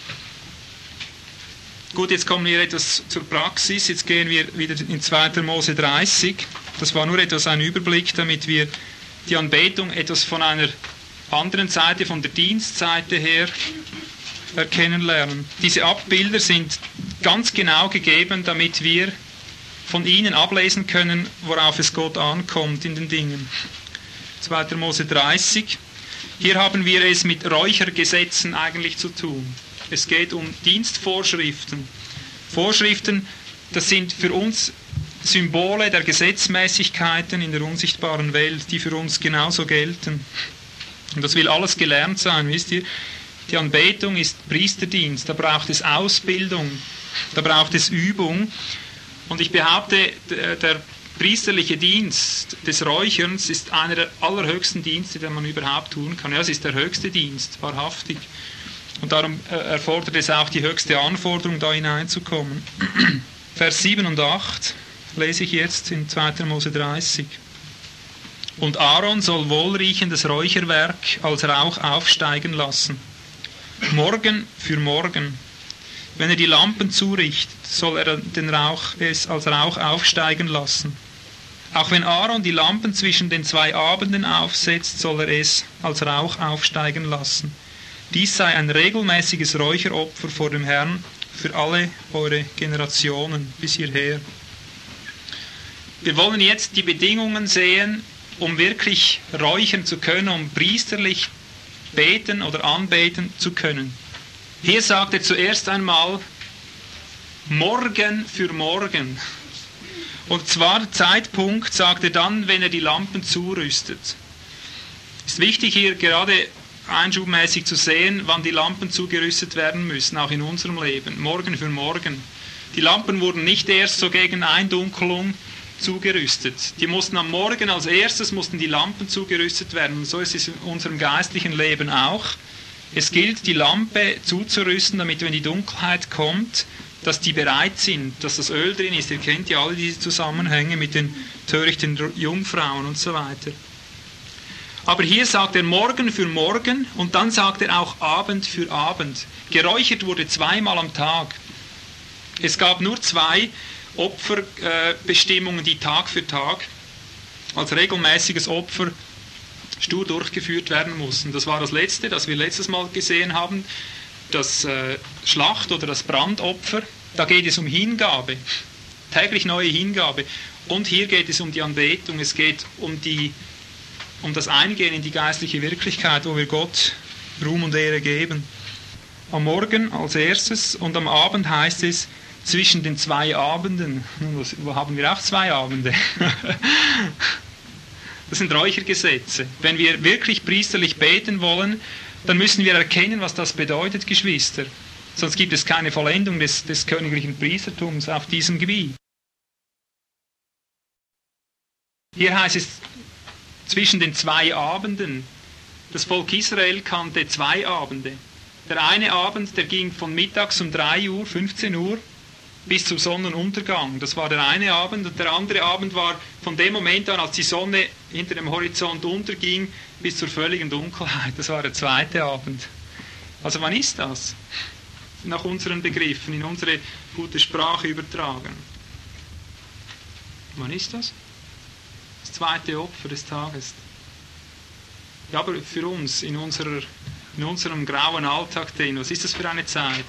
S1: Gut, jetzt kommen wir etwas zur Praxis. Jetzt gehen wir wieder in zweiter Mose dreißig. Das war nur etwas ein Überblick, damit wir die Anbetung etwas von einer anderen Seite, von der Dienstseite her erkennen lernen. Diese Abbilder sind ganz genau gegeben, damit wir von ihnen ablesen können, worauf es Gott ankommt in den Dingen. zweiter Mose dreißig. Hier haben wir es mit Räuchergesetzen eigentlich zu tun. Es geht um Dienstvorschriften. Vorschriften, das sind für uns Symbole der Gesetzmäßigkeiten in der unsichtbaren Welt, die für uns genauso gelten. Und das will alles gelernt sein, wisst ihr? Die Anbetung ist Priesterdienst, da braucht es Ausbildung, da braucht es Übung. Und ich behaupte, der priesterliche Dienst des Räucherns ist einer der allerhöchsten Dienste, den man überhaupt tun kann. Ja, es ist der höchste Dienst, wahrhaftig. Und darum erfordert es auch die höchste Anforderung, da hineinzukommen. Vers sieben und acht lese ich jetzt in zweiter Mose dreißig. Und Aaron soll wohlriechendes Räucherwerk als Rauch aufsteigen lassen. Morgen für morgen. Wenn er die Lampen zurichtet, soll er den Rauch, es als Rauch aufsteigen lassen. Auch wenn Aaron die Lampen zwischen den zwei Abenden aufsetzt, soll er es als Rauch aufsteigen lassen. Dies sei ein regelmäßiges Räucheropfer vor dem Herrn für alle eure Generationen bis hierher. Wir wollen jetzt die Bedingungen sehen, um wirklich räuchern zu können, um priesterlich beten oder anbeten zu können. Hier sagt er zuerst einmal, morgen für morgen. Und zwar Zeitpunkt, sagt er dann, wenn er die Lampen zurüstet. Ist wichtig hier gerade einschubmäßig zu sehen, wann die Lampen zugerüstet werden müssen, auch in unserem Leben, morgen für morgen. Die Lampen wurden nicht erst so gegen Eindunkelung zugerüstet. Die mussten am Morgen als erstes mussten die Lampen zugerüstet werden. Und so ist es in unserem geistlichen Leben auch. Es gilt, die Lampe zuzurüsten, damit, wenn die Dunkelheit kommt, dass die bereit sind, dass das Öl drin ist. Ihr kennt ja alle diese Zusammenhänge mit den törichten Jungfrauen und so weiter. Aber hier sagt er morgen für morgen und dann sagt er auch Abend für Abend. Geräuchert wurde zweimal am Tag. Es gab nur zwei Opferbestimmungen, die Tag für Tag als regelmäßiges Opfer stur durchgeführt werden mussten. Das war das letzte, das wir letztes Mal gesehen haben, das Schlacht- oder das Brandopfer. Da geht es um Hingabe, täglich neue Hingabe. Und hier geht es um die Anbetung, es geht um die um das Eingehen in die geistliche Wirklichkeit, wo wir Gott Ruhm und Ehre geben. Am Morgen als erstes und am Abend heißt es zwischen den zwei Abenden. Nun, wo haben wir auch zwei Abende? Das sind Räuchergesetze. Wenn wir wirklich priesterlich beten wollen, dann müssen wir erkennen, was das bedeutet, Geschwister. Sonst gibt es keine Vollendung des, des königlichen Priestertums auf diesem Gebiet. Hier heißt es zwischen den zwei Abenden. Das Volk Israel kannte zwei Abende. Der eine Abend, der ging von mittags um drei Uhr, fünfzehn Uhr, bis zum Sonnenuntergang. Das war der eine Abend. Und der andere Abend war von dem Moment an, als die Sonne hinter dem Horizont unterging, bis zur völligen Dunkelheit. Das war der zweite Abend. Also wann ist das? Nach unseren Begriffen, in unsere gute Sprache übertragen. Wann ist das? Das zweite Opfer des Tages. Ja, aber für uns, in, unserer, in unserem grauen Alltag drin, was ist das für eine Zeit?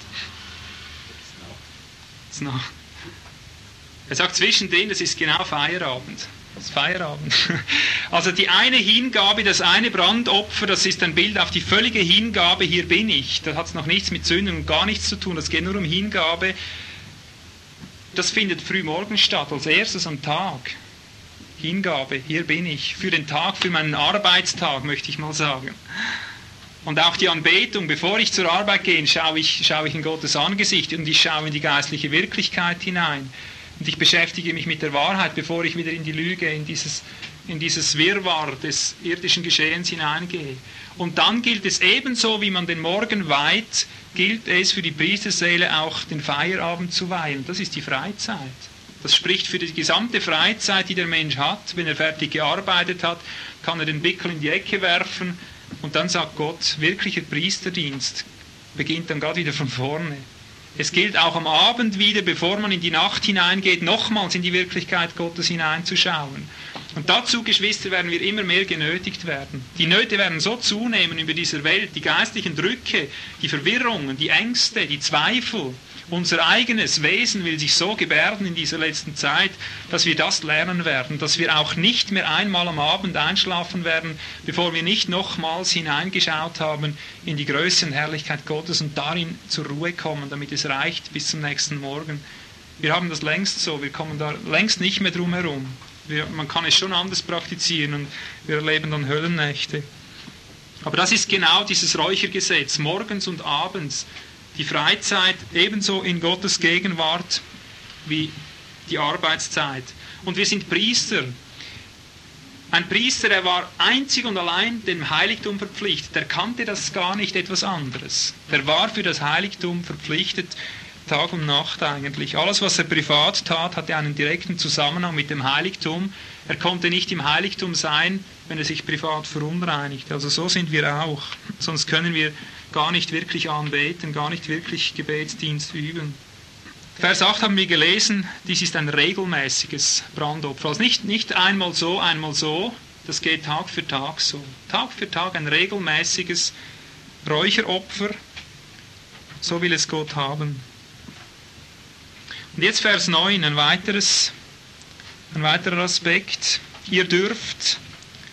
S1: Er sagt zwischendrin, das ist genau Feierabend. Das ist Feierabend. Also die eine Hingabe, das eine Brandopfer, das ist ein Bild auf die völlige Hingabe, hier bin ich. Da hat es noch nichts mit Sünden und gar nichts zu tun, das geht nur um Hingabe. Das findet frühmorgens statt, als erstes am Tag. Hingabe, hier bin ich, für den Tag, für meinen Arbeitstag, möchte ich mal sagen. Und auch die Anbetung, bevor ich zur Arbeit gehe, schaue ich, schaue ich in Gottes Angesicht und ich schaue in die geistliche Wirklichkeit hinein. Und ich beschäftige mich mit der Wahrheit, bevor ich wieder in die Lüge, in dieses, in dieses Wirrwarr des irdischen Geschehens hineingehe. Und dann gilt es ebenso, wie man den Morgen weiht, gilt es für die Priesterseele auch den Feierabend zu weihen. Das ist die Freizeit. Das spricht für die gesamte Freizeit, die der Mensch hat. Wenn er fertig gearbeitet hat, kann er den Wickel in die Ecke werfen und dann sagt Gott, wirklicher Priesterdienst beginnt dann gerade wieder von vorne. Es gilt auch am Abend wieder, bevor man in die Nacht hineingeht, nochmals in die Wirklichkeit Gottes hineinzuschauen. Und dazu, Geschwister, werden wir immer mehr genötigt werden. Die Nöte werden so zunehmen über dieser Welt, die geistlichen Drücke, die Verwirrungen, die Ängste, die Zweifel. Unser eigenes Wesen will sich so gebärden in dieser letzten Zeit, dass wir das lernen werden, dass wir auch nicht mehr einmal am Abend einschlafen werden, bevor wir nicht nochmals hineingeschaut haben in die Größe und Herrlichkeit Gottes und darin zur Ruhe kommen, damit es reicht bis zum nächsten Morgen. Wir haben das längst so, wir kommen da längst nicht mehr drum herum. Wir, man kann es schon anders praktizieren und wir erleben dann Höllennächte. Aber das ist genau dieses Räuchergesetz, morgens und abends. Die Freizeit ebenso in Gottes Gegenwart wie die Arbeitszeit. Und wir sind Priester. Ein Priester, der war einzig und allein dem Heiligtum verpflichtet. Der kannte das gar nicht etwas anderes. Der war für das Heiligtum verpflichtet, Tag und Nacht eigentlich. Alles, was er privat tat, hatte einen direkten Zusammenhang mit dem Heiligtum. Er konnte nicht im Heiligtum sein, wenn er sich privat verunreinigt. Also so sind wir auch. Sonst können wir gar nicht wirklich anbeten, gar nicht wirklich Gebetsdienst üben. Vers acht haben wir gelesen, dies ist ein regelmäßiges Brandopfer. Also nicht, nicht einmal so, einmal so, das geht Tag für Tag so. Tag für Tag ein regelmäßiges Räucheropfer, so will es Gott haben. Und jetzt Vers neun, ein weiteres, ein weiterer Aspekt. Ihr dürft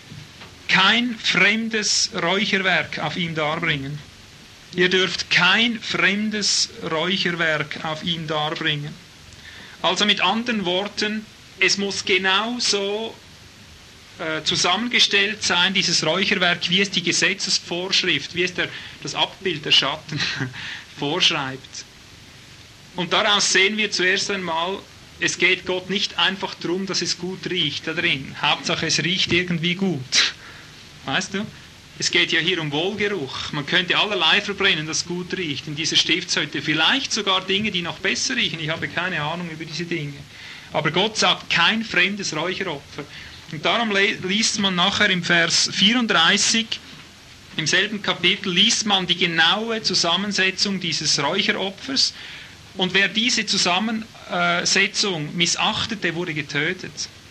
S1: kein fremdes Räucherwerk auf ihm darbringen. Ihr dürft kein fremdes Räucherwerk auf ihm darbringen. Also mit anderen Worten, es muss genau so äh, zusammengestellt sein, dieses Räucherwerk, wie es die Gesetzesvorschrift, wie es der, das Abbild der Schatten vorschreibt. Und daraus sehen wir zuerst einmal, es geht Gott nicht einfach darum, dass es gut riecht da drin. Hauptsache es riecht irgendwie gut. Weißt du? Es geht ja hier um Wohlgeruch. Man könnte allerlei verbrennen, das gut riecht in dieser Stiftshütte. Vielleicht sogar Dinge, die noch besser riechen. Ich habe keine Ahnung über diese Dinge. Aber Gott sagt, kein fremdes Räucheropfer. Und darum liest man nachher im Vers vierunddreißig, im selben Kapitel, liest man die genaue Zusammensetzung dieses Räucheropfers. Und wer diese Zusammensetzung missachtete, wurde getötet.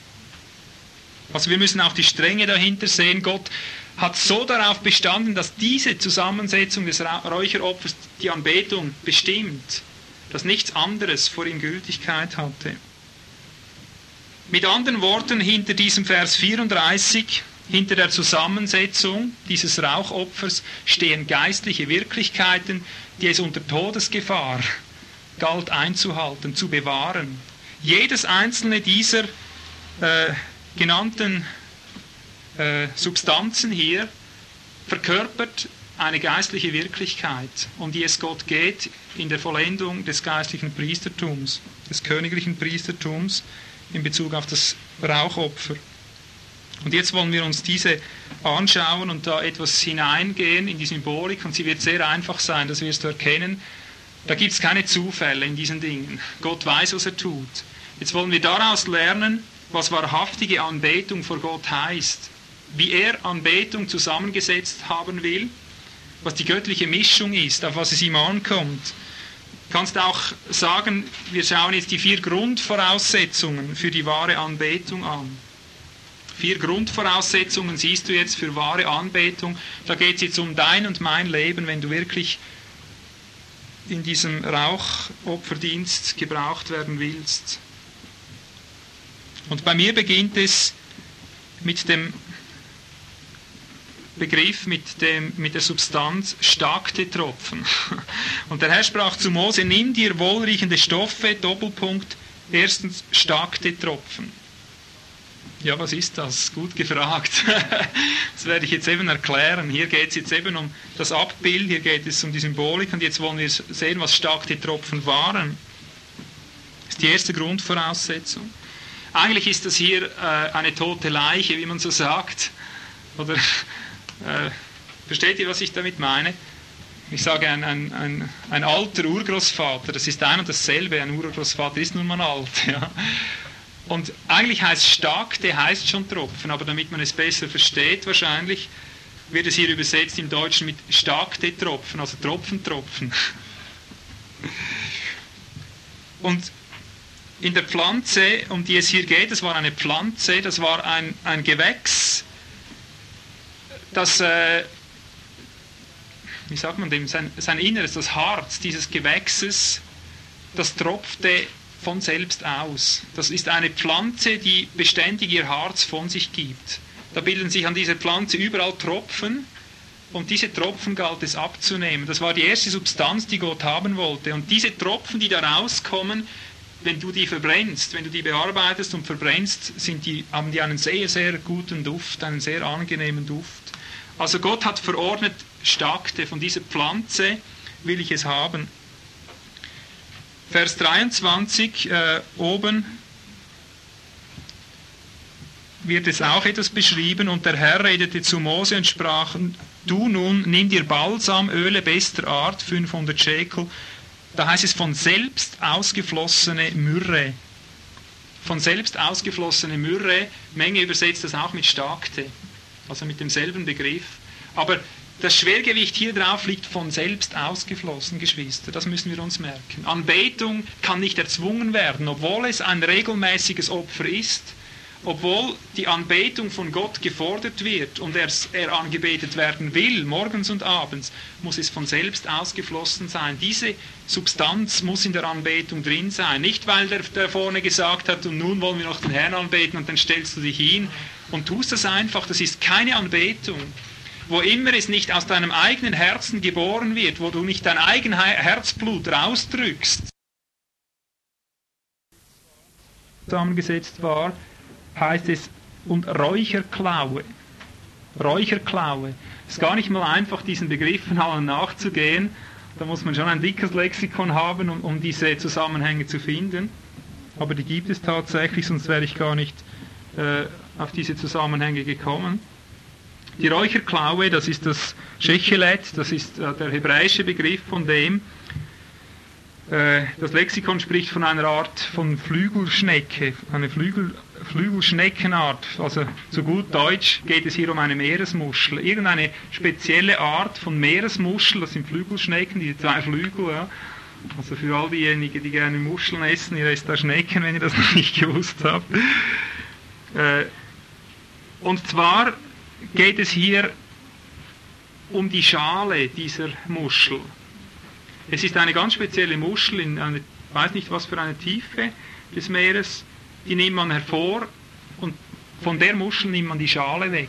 S1: Also wir müssen auch die Strenge dahinter sehen. Gott hat so darauf bestanden, dass diese Zusammensetzung des Räucheropfers die Anbetung bestimmt, dass nichts anderes vor ihm Gültigkeit hatte. Mit anderen Worten, hinter diesem Vers vierunddreißig, hinter der Zusammensetzung dieses Rauchopfers stehen geistliche Wirklichkeiten, die es unter Todesgefahr galt einzuhalten, zu bewahren. Jedes einzelne dieser äh, genannten Äh, Substanzen hier verkörpert eine geistliche Wirklichkeit, um die es Gott geht in der Vollendung des geistlichen Priestertums, des königlichen Priestertums in Bezug auf das Rauchopfer. Und jetzt wollen wir uns diese anschauen und da etwas hineingehen in die Symbolik, und sie wird sehr einfach sein, das wirst du erkennen. Da gibt es keine Zufälle in diesen Dingen. Gott weiß, was er tut. Jetzt wollen wir daraus lernen, was wahrhaftige Anbetung vor Gott heißt, wie er Anbetung zusammengesetzt haben will, was die göttliche Mischung ist, auf was es ihm ankommt. Du kannst auch sagen, wir schauen jetzt die vier Grundvoraussetzungen für die wahre Anbetung an. Vier Grundvoraussetzungen siehst du jetzt für wahre Anbetung. Da geht es jetzt um dein und mein Leben, wenn du wirklich in diesem Rauchopferdienst gebraucht werden willst. Und bei mir beginnt es mit dem Begriff, mit, dem, mit der Substanz starke Tropfen. Und der Herr sprach zu Mose, nimm dir wohlriechende Stoffe, Doppelpunkt, erstens starke Tropfen. Ja, was ist das? Gut gefragt. Das werde ich jetzt eben erklären. Hier geht es jetzt eben um das Abbild, hier geht es um die Symbolik und jetzt wollen wir sehen, was starke Tropfen waren. Das ist die erste Grundvoraussetzung. Eigentlich ist das hier äh, eine tote Leiche, wie man so sagt. Oder äh, versteht ihr, was ich damit meine? Ich sage, ein, ein, ein, ein alter Urgroßvater, das ist ein und dasselbe, ein Urgroßvater ist nun mal alt. Ja. Und eigentlich heißt stark, der heißt schon Tropfen, aber damit man es besser versteht wahrscheinlich, wird es hier übersetzt im Deutschen mit starke Tropfen, also Tropfen, Tropfen. Und in der Pflanze, um die es hier geht, das war eine Pflanze, das war ein, ein Gewächs, das, äh, wie sagt man dem, sein, sein Inneres, das Harz dieses Gewächses, das tropfte von selbst aus. Das ist eine Pflanze, die beständig ihr Harz von sich gibt. Da bilden sich an dieser Pflanze überall Tropfen und diese Tropfen galt es abzunehmen. Das war die erste Substanz, die Gott haben wollte. Und diese Tropfen, die da rauskommen, wenn du die verbrennst, wenn du die bearbeitest und verbrennst, sind die, haben die einen sehr, sehr guten Duft, einen sehr angenehmen Duft. Also Gott hat verordnet, Stakte, von dieser Pflanze will ich es haben. Vers dreiundzwanzig, äh, oben wird es auch etwas beschrieben, und der Herr redete zu Mose und sprach, du nun, nimm dir Balsamöle bester Art, fünfhundert Schekel, da heißt es von selbst ausgeflossene Myrrhe. Von selbst ausgeflossene Myrrhe, Menge übersetzt das auch mit Stakte, also mit demselben Begriff. Aber das Schwergewicht hier drauf liegt von selbst ausgeflossen, Geschwister. Das müssen wir uns merken. Anbetung kann nicht erzwungen werden, obwohl es ein regelmäßiges Opfer ist, obwohl die Anbetung von Gott gefordert wird und er, er angebetet werden will, morgens und abends, muss es von selbst ausgeflossen sein. Diese Substanz muss in der Anbetung drin sein. Nicht, weil der, der vorne gesagt hat, und nun wollen wir noch den Herrn anbeten und dann stellst du dich hin und tust das einfach. Das ist keine Anbetung. Wo immer es nicht aus deinem eigenen Herzen geboren wird, wo du nicht dein eigenes Herzblut rausdrückst, zusammengesetzt war, heißt es, und Räucherklaue. Räucherklaue. Es ist gar nicht mal einfach, diesen Begriffen allen nachzugehen. Da muss man schon ein dickes Lexikon haben, um, um diese Zusammenhänge zu finden. Aber die gibt es tatsächlich, sonst wäre ich gar nicht äh, auf diese Zusammenhänge gekommen. Die Räucherklaue, das ist das Schechelet, das ist äh, der hebräische Begriff von dem. Äh, das Lexikon spricht von einer Art von Flügelschnecke, eine Flügel, Flügelschneckenart. Also zu gut Deutsch geht es hier um eine Meeresmuschel. Irgendeine spezielle Art von Meeresmuschel, das sind Flügelschnecken, die zwei Flügel. Ja. Also für all diejenigen, die gerne Muscheln essen, ihr esst da Schnecken, wenn ihr das noch nicht gewusst habt. Äh, und zwar geht es hier um die Schale dieser Muschel. Es ist eine ganz spezielle Muschel, in eine, ich weiß nicht was für eine Tiefe des Meeres, die nimmt man hervor und von der Muschel nimmt man die Schale weg.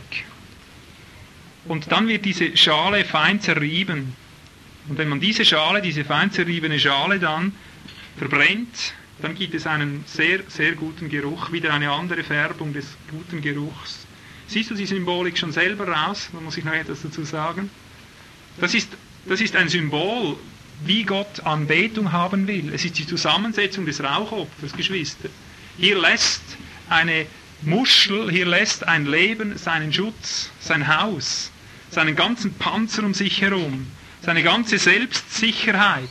S1: Und dann wird diese Schale fein zerrieben. Und wenn man diese Schale, diese fein zerriebene Schale dann verbrennt, dann gibt es einen sehr, sehr guten Geruch, wieder eine andere Färbung des guten Geruchs. Siehst du die Symbolik schon selber raus? Da muss ich noch etwas dazu sagen. Das ist, das ist ein Symbol, wie Gott Anbetung haben will. Es ist die Zusammensetzung des Rauchopfers, Geschwister. Hier lässt eine Muschel, hier lässt ein Leben seinen Schutz, sein Haus, seinen ganzen Panzer um sich herum, seine ganze Selbstsicherheit.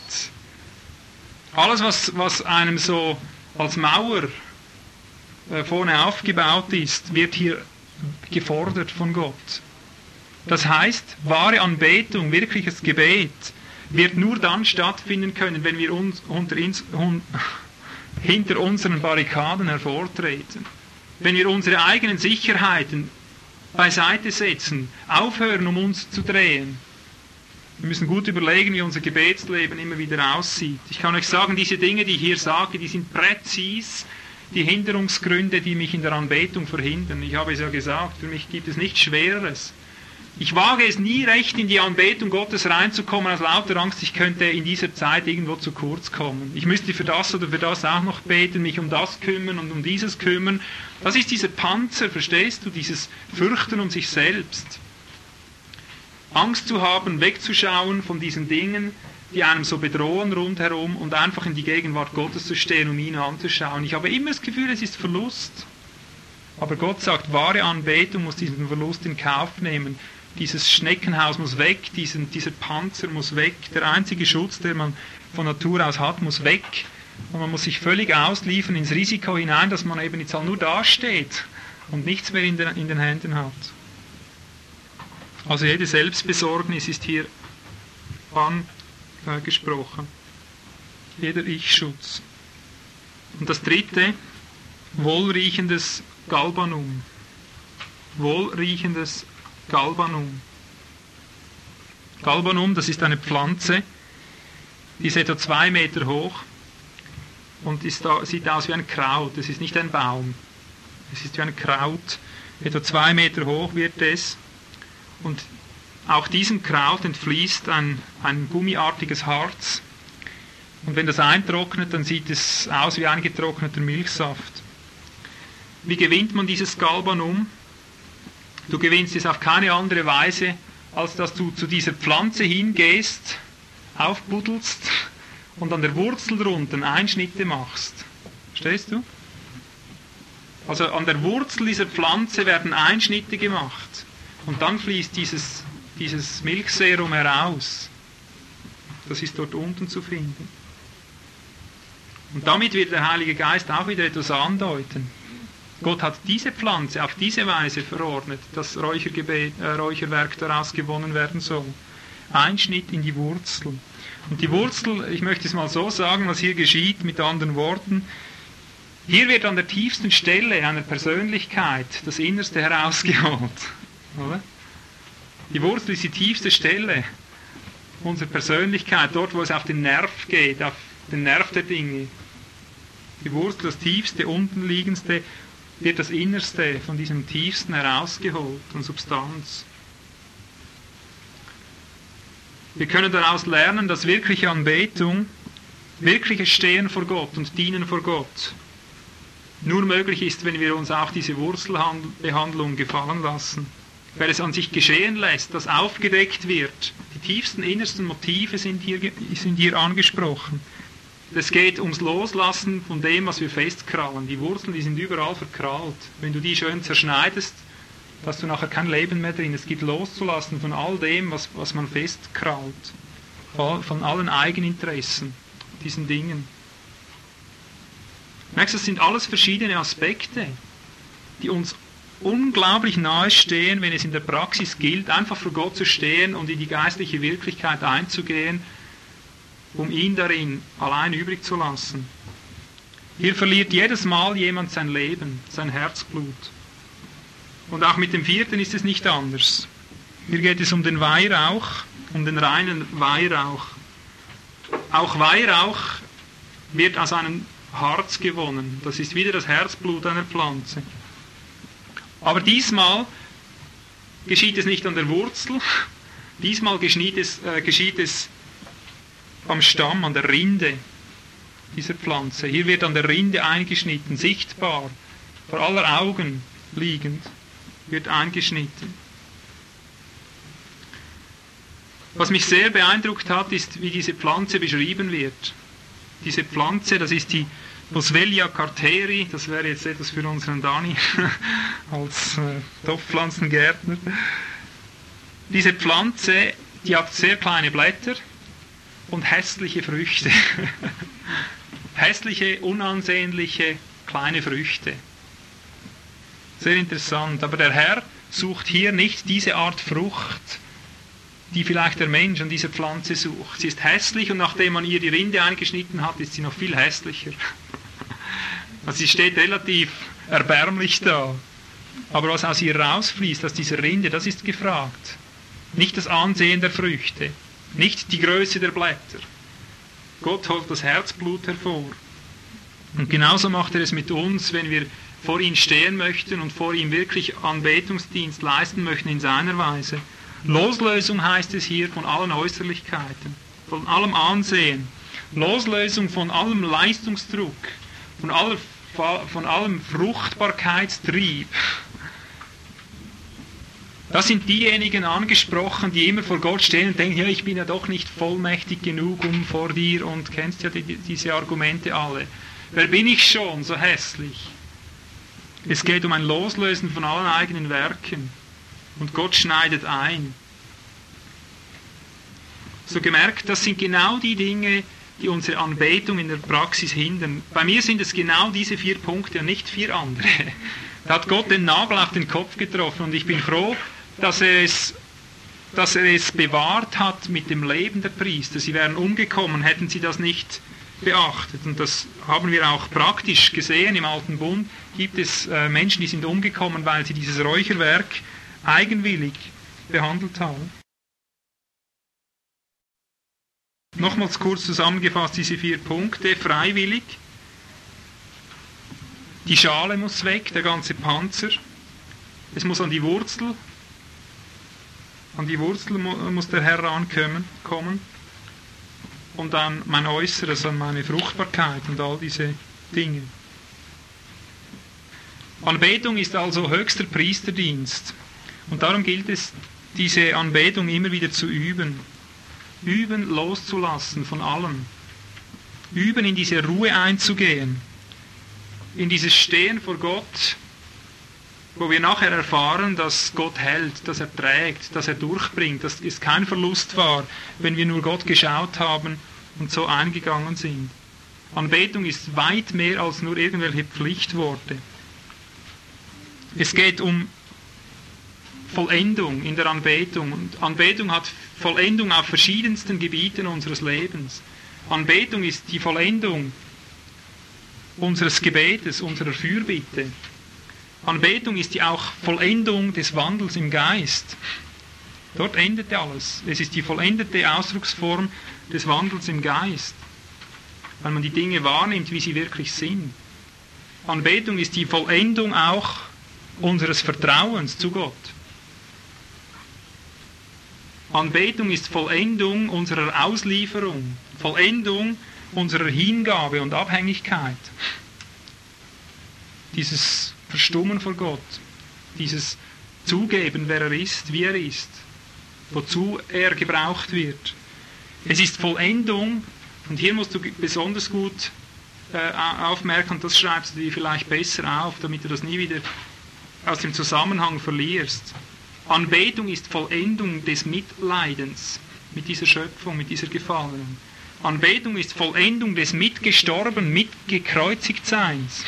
S1: Alles, was, was einem so als Mauer äh, vorne aufgebaut ist, wird hier gefordert von Gott. Das heißt, wahre Anbetung, wirkliches Gebet, wird nur dann stattfinden können, wenn wir uns unter, un, hinter unseren Barrikaden hervortreten. Wenn wir unsere eigenen Sicherheiten beiseite setzen, aufhören, um uns zu drehen. Wir müssen gut überlegen, wie unser Gebetsleben immer wieder aussieht. Ich kann euch sagen, diese Dinge, die ich hier sage, die sind präzis die Hinderungsgründe, die mich in der Anbetung verhindern? Ich habe es ja gesagt, für mich gibt es nichts Schwereres. Ich wage es nie recht, in die Anbetung Gottes reinzukommen, aus lauter Angst, ich könnte in dieser Zeit irgendwo zu kurz kommen. Ich müsste für das oder für das auch noch beten, mich um das kümmern und um dieses kümmern. Das ist dieser Panzer, verstehst du, dieses Fürchten um sich selbst. Angst zu haben, wegzuschauen von diesen Dingen, die einem so bedrohen rundherum und einfach in die Gegenwart Gottes zu stehen, um ihn anzuschauen. Ich habe immer das Gefühl, es ist Verlust. Aber Gott sagt, wahre Anbetung muss diesen Verlust in Kauf nehmen. Dieses Schneckenhaus muss weg, diesen, dieser Panzer muss weg, der einzige Schutz, den man von Natur aus hat, muss weg. Und man muss sich völlig ausliefern ins Risiko hinein, dass man eben jetzt halt nur dasteht und nichts mehr in den, in den Händen hat. Also jede Selbstbesorgnis ist hier angesprochen. Jeder Ich-Schutz. Und das dritte, wohlriechendes Galbanum. Wohlriechendes Galbanum. Galbanum, das ist eine Pflanze, die ist etwa zwei Meter hoch und ist da, sieht aus wie ein Kraut. Es ist nicht ein Baum. Es ist wie ein Kraut. Etwa zwei Meter hoch wird es. Und auch diesem Kraut entfließt ein, ein gummiartiges Harz. Und wenn das eintrocknet, dann sieht es aus wie eingetrockneter Milchsaft. Wie gewinnt man dieses Galbanum? Du gewinnst es auf keine andere Weise, als dass du zu dieser Pflanze hingehst, aufbuddelst und an der Wurzel drunten Einschnitte machst. Verstehst du? Also an der Wurzel dieser Pflanze werden Einschnitte gemacht und dann fließt dieses, dieses Milchserum heraus. Das ist dort unten zu finden. Und damit wird der Heilige Geist auch wieder etwas andeuten. Gott hat diese Pflanze auf diese Weise verordnet, dass Räuchergebet, äh, Räucherwerk daraus gewonnen werden soll. Einschnitt in die Wurzel. Und die Wurzel, ich möchte es mal so sagen, was hier geschieht, mit anderen Worten, hier wird an der tiefsten Stelle einer Persönlichkeit das Innerste herausgeholt. Oder? Die Wurzel ist die tiefste Stelle unserer Persönlichkeit, dort wo es auf den Nerv geht, auf den Nerv der Dinge. Die Wurzel, das tiefste, untenliegendste, wird das Innerste von diesem Tiefsten herausgeholt an Substanz. Wir können daraus lernen, dass wirkliche Anbetung, wirkliches Stehen vor Gott und Dienen vor Gott nur möglich ist, wenn wir uns auch diese Wurzelbehandlung gefallen lassen. Weil es an sich geschehen lässt, dass aufgedeckt wird. Die tiefsten, innersten Motive sind hier, sind hier angesprochen. Es geht ums Loslassen von dem, was wir festkrallen. Die Wurzeln, die sind überall verkrallt. Wenn du die schön zerschneidest, hast du nachher kein Leben mehr drin. Es geht loszulassen von all dem, was, was man festkrallt. Von allen Eigeninteressen, diesen Dingen. Merkst du, das sind alles verschiedene Aspekte, die uns unglaublich nahe stehen, wenn es in der Praxis gilt, einfach vor Gott zu stehen und in die geistliche Wirklichkeit einzugehen, um ihn darin allein übrig zu lassen. Hier verliert jedes Mal jemand sein Leben, sein Herzblut. Und auch mit dem vierten ist es nicht anders. Hier geht es um den Weihrauch, um den reinen Weihrauch. Auch Weihrauch wird aus einem Harz gewonnen. Das ist wieder das Herzblut einer Pflanze. Aber diesmal geschieht es nicht an der Wurzel, diesmal geschieht es, äh, geschieht es am Stamm, an der Rinde dieser Pflanze. Hier wird an der Rinde eingeschnitten, sichtbar, vor aller Augen liegend, wird eingeschnitten. Was mich sehr beeindruckt hat, ist, wie diese Pflanze beschrieben wird. Diese Pflanze, das ist die Boswellia carteri, das wäre jetzt etwas für unseren Dani als äh, Topfpflanzengärtner. Diese Pflanze, die hat sehr kleine Blätter und hässliche Früchte. Hässliche, unansehnliche, kleine Früchte. Sehr interessant. Aber der Herr sucht hier nicht diese Art Frucht, die vielleicht der Mensch an dieser Pflanze sucht. Sie ist hässlich und nachdem man ihr die Rinde eingeschnitten hat, ist sie noch viel hässlicher. Also sie steht relativ erbärmlich da. Aber was aus ihr rausfließt, aus dieser Rinde, das ist gefragt. Nicht das Ansehen der Früchte, nicht die Größe der Blätter. Gott holt das Herzblut hervor. Und genauso macht er es mit uns, wenn wir vor ihm stehen möchten und vor ihm wirklich Anbetungsdienst leisten möchten in seiner Weise. Loslösung heißt es hier von allen Äußerlichkeiten, von allem Ansehen, Loslösung von allem Leistungsdruck, von, aller, von allem Fruchtbarkeitstrieb. Das sind diejenigen angesprochen, die immer vor Gott stehen und denken, ja, ich bin ja doch nicht vollmächtig genug um vor dir, und kennst ja die, diese Argumente alle. Wer bin ich schon so hässlich? Es geht um ein Loslösen von allen eigenen Werken. Und Gott schneidet ein. So gemerkt, das sind genau die Dinge, die unsere Anbetung in der Praxis hindern. Bei mir sind es genau diese vier Punkte und nicht vier andere. Da hat Gott den Nagel auf den Kopf getroffen, und ich bin froh, dass er es, dass er es bewahrt hat mit dem Leben der Priester. Sie wären umgekommen, hätten sie das nicht beachtet. Und das haben wir auch praktisch gesehen. Im Alten Bund gibt es äh, Menschen, die sind umgekommen, weil sie dieses Räucherwerk eigenwillig behandelt haben. Nochmals kurz zusammengefasst diese vier Punkte. Freiwillig. Die Schale muss weg, der ganze Panzer. Es muss an die Wurzel. An die Wurzel muss der Herr rankommen. Und an mein Äußeres, an meine Fruchtbarkeit und all diese Dinge. Anbetung ist also höchster Priesterdienst. Und darum gilt es, diese Anbetung immer wieder zu üben. Üben, loszulassen von allem. Üben, in diese Ruhe einzugehen. In dieses Stehen vor Gott, wo wir nachher erfahren, dass Gott hält, dass er trägt, dass er durchbringt, dass es kein Verlust war, wenn wir nur Gott geschaut haben und so eingegangen sind. Anbetung ist weit mehr als nur irgendwelche Pflichtworte. Es geht um Vollendung in der Anbetung. Und Anbetung hat Vollendung auf verschiedensten Gebieten unseres Lebens. Anbetung ist die Vollendung unseres Gebetes, unserer Fürbitte. Anbetung ist die auch Vollendung des Wandels im Geist. Dort endet alles. Es ist die vollendete Ausdrucksform des Wandels im Geist, weil man die Dinge wahrnimmt, wie sie wirklich sind. Anbetung ist die Vollendung auch unseres Vertrauens zu Gott. Anbetung ist Vollendung unserer Auslieferung, Vollendung unserer Hingabe und Abhängigkeit. Dieses Verstummen vor Gott, dieses Zugeben, wer er ist, wie er ist, wozu er gebraucht wird. Es ist Vollendung, und hier musst du besonders gut äh, aufmerken, das schreibst du dir vielleicht besser auf, damit du das nie wieder aus dem Zusammenhang verlierst. Anbetung ist Vollendung des Mitleidens mit dieser Schöpfung, mit dieser Gefallenen. Anbetung ist Vollendung des Mitgestorben, Mitgekreuzigtseins.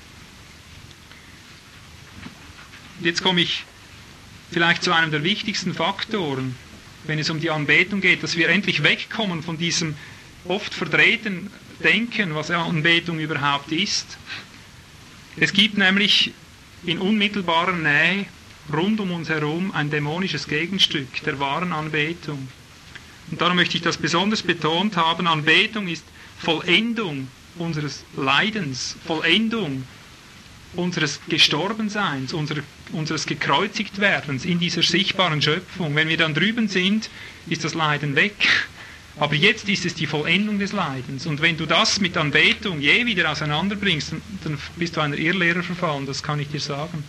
S1: Jetzt komme ich vielleicht zu einem der wichtigsten Faktoren, wenn es um die Anbetung geht, dass wir endlich wegkommen von diesem oft verdrehten Denken, was Anbetung überhaupt ist. Es gibt nämlich in unmittelbarer Nähe rund um uns herum ein dämonisches Gegenstück der wahren Anbetung. Und darum möchte ich das besonders betont haben. Anbetung ist Vollendung unseres Leidens, Vollendung unseres Gestorbenseins, unserer, unseres Gekreuzigtwerdens in dieser sichtbaren Schöpfung. Wenn wir dann drüben sind, ist das Leiden weg. Aber jetzt ist es die Vollendung des Leidens. Und wenn du das mit Anbetung je wieder auseinanderbringst, dann bist du einer Irrlehre verfallen, das kann ich dir sagen.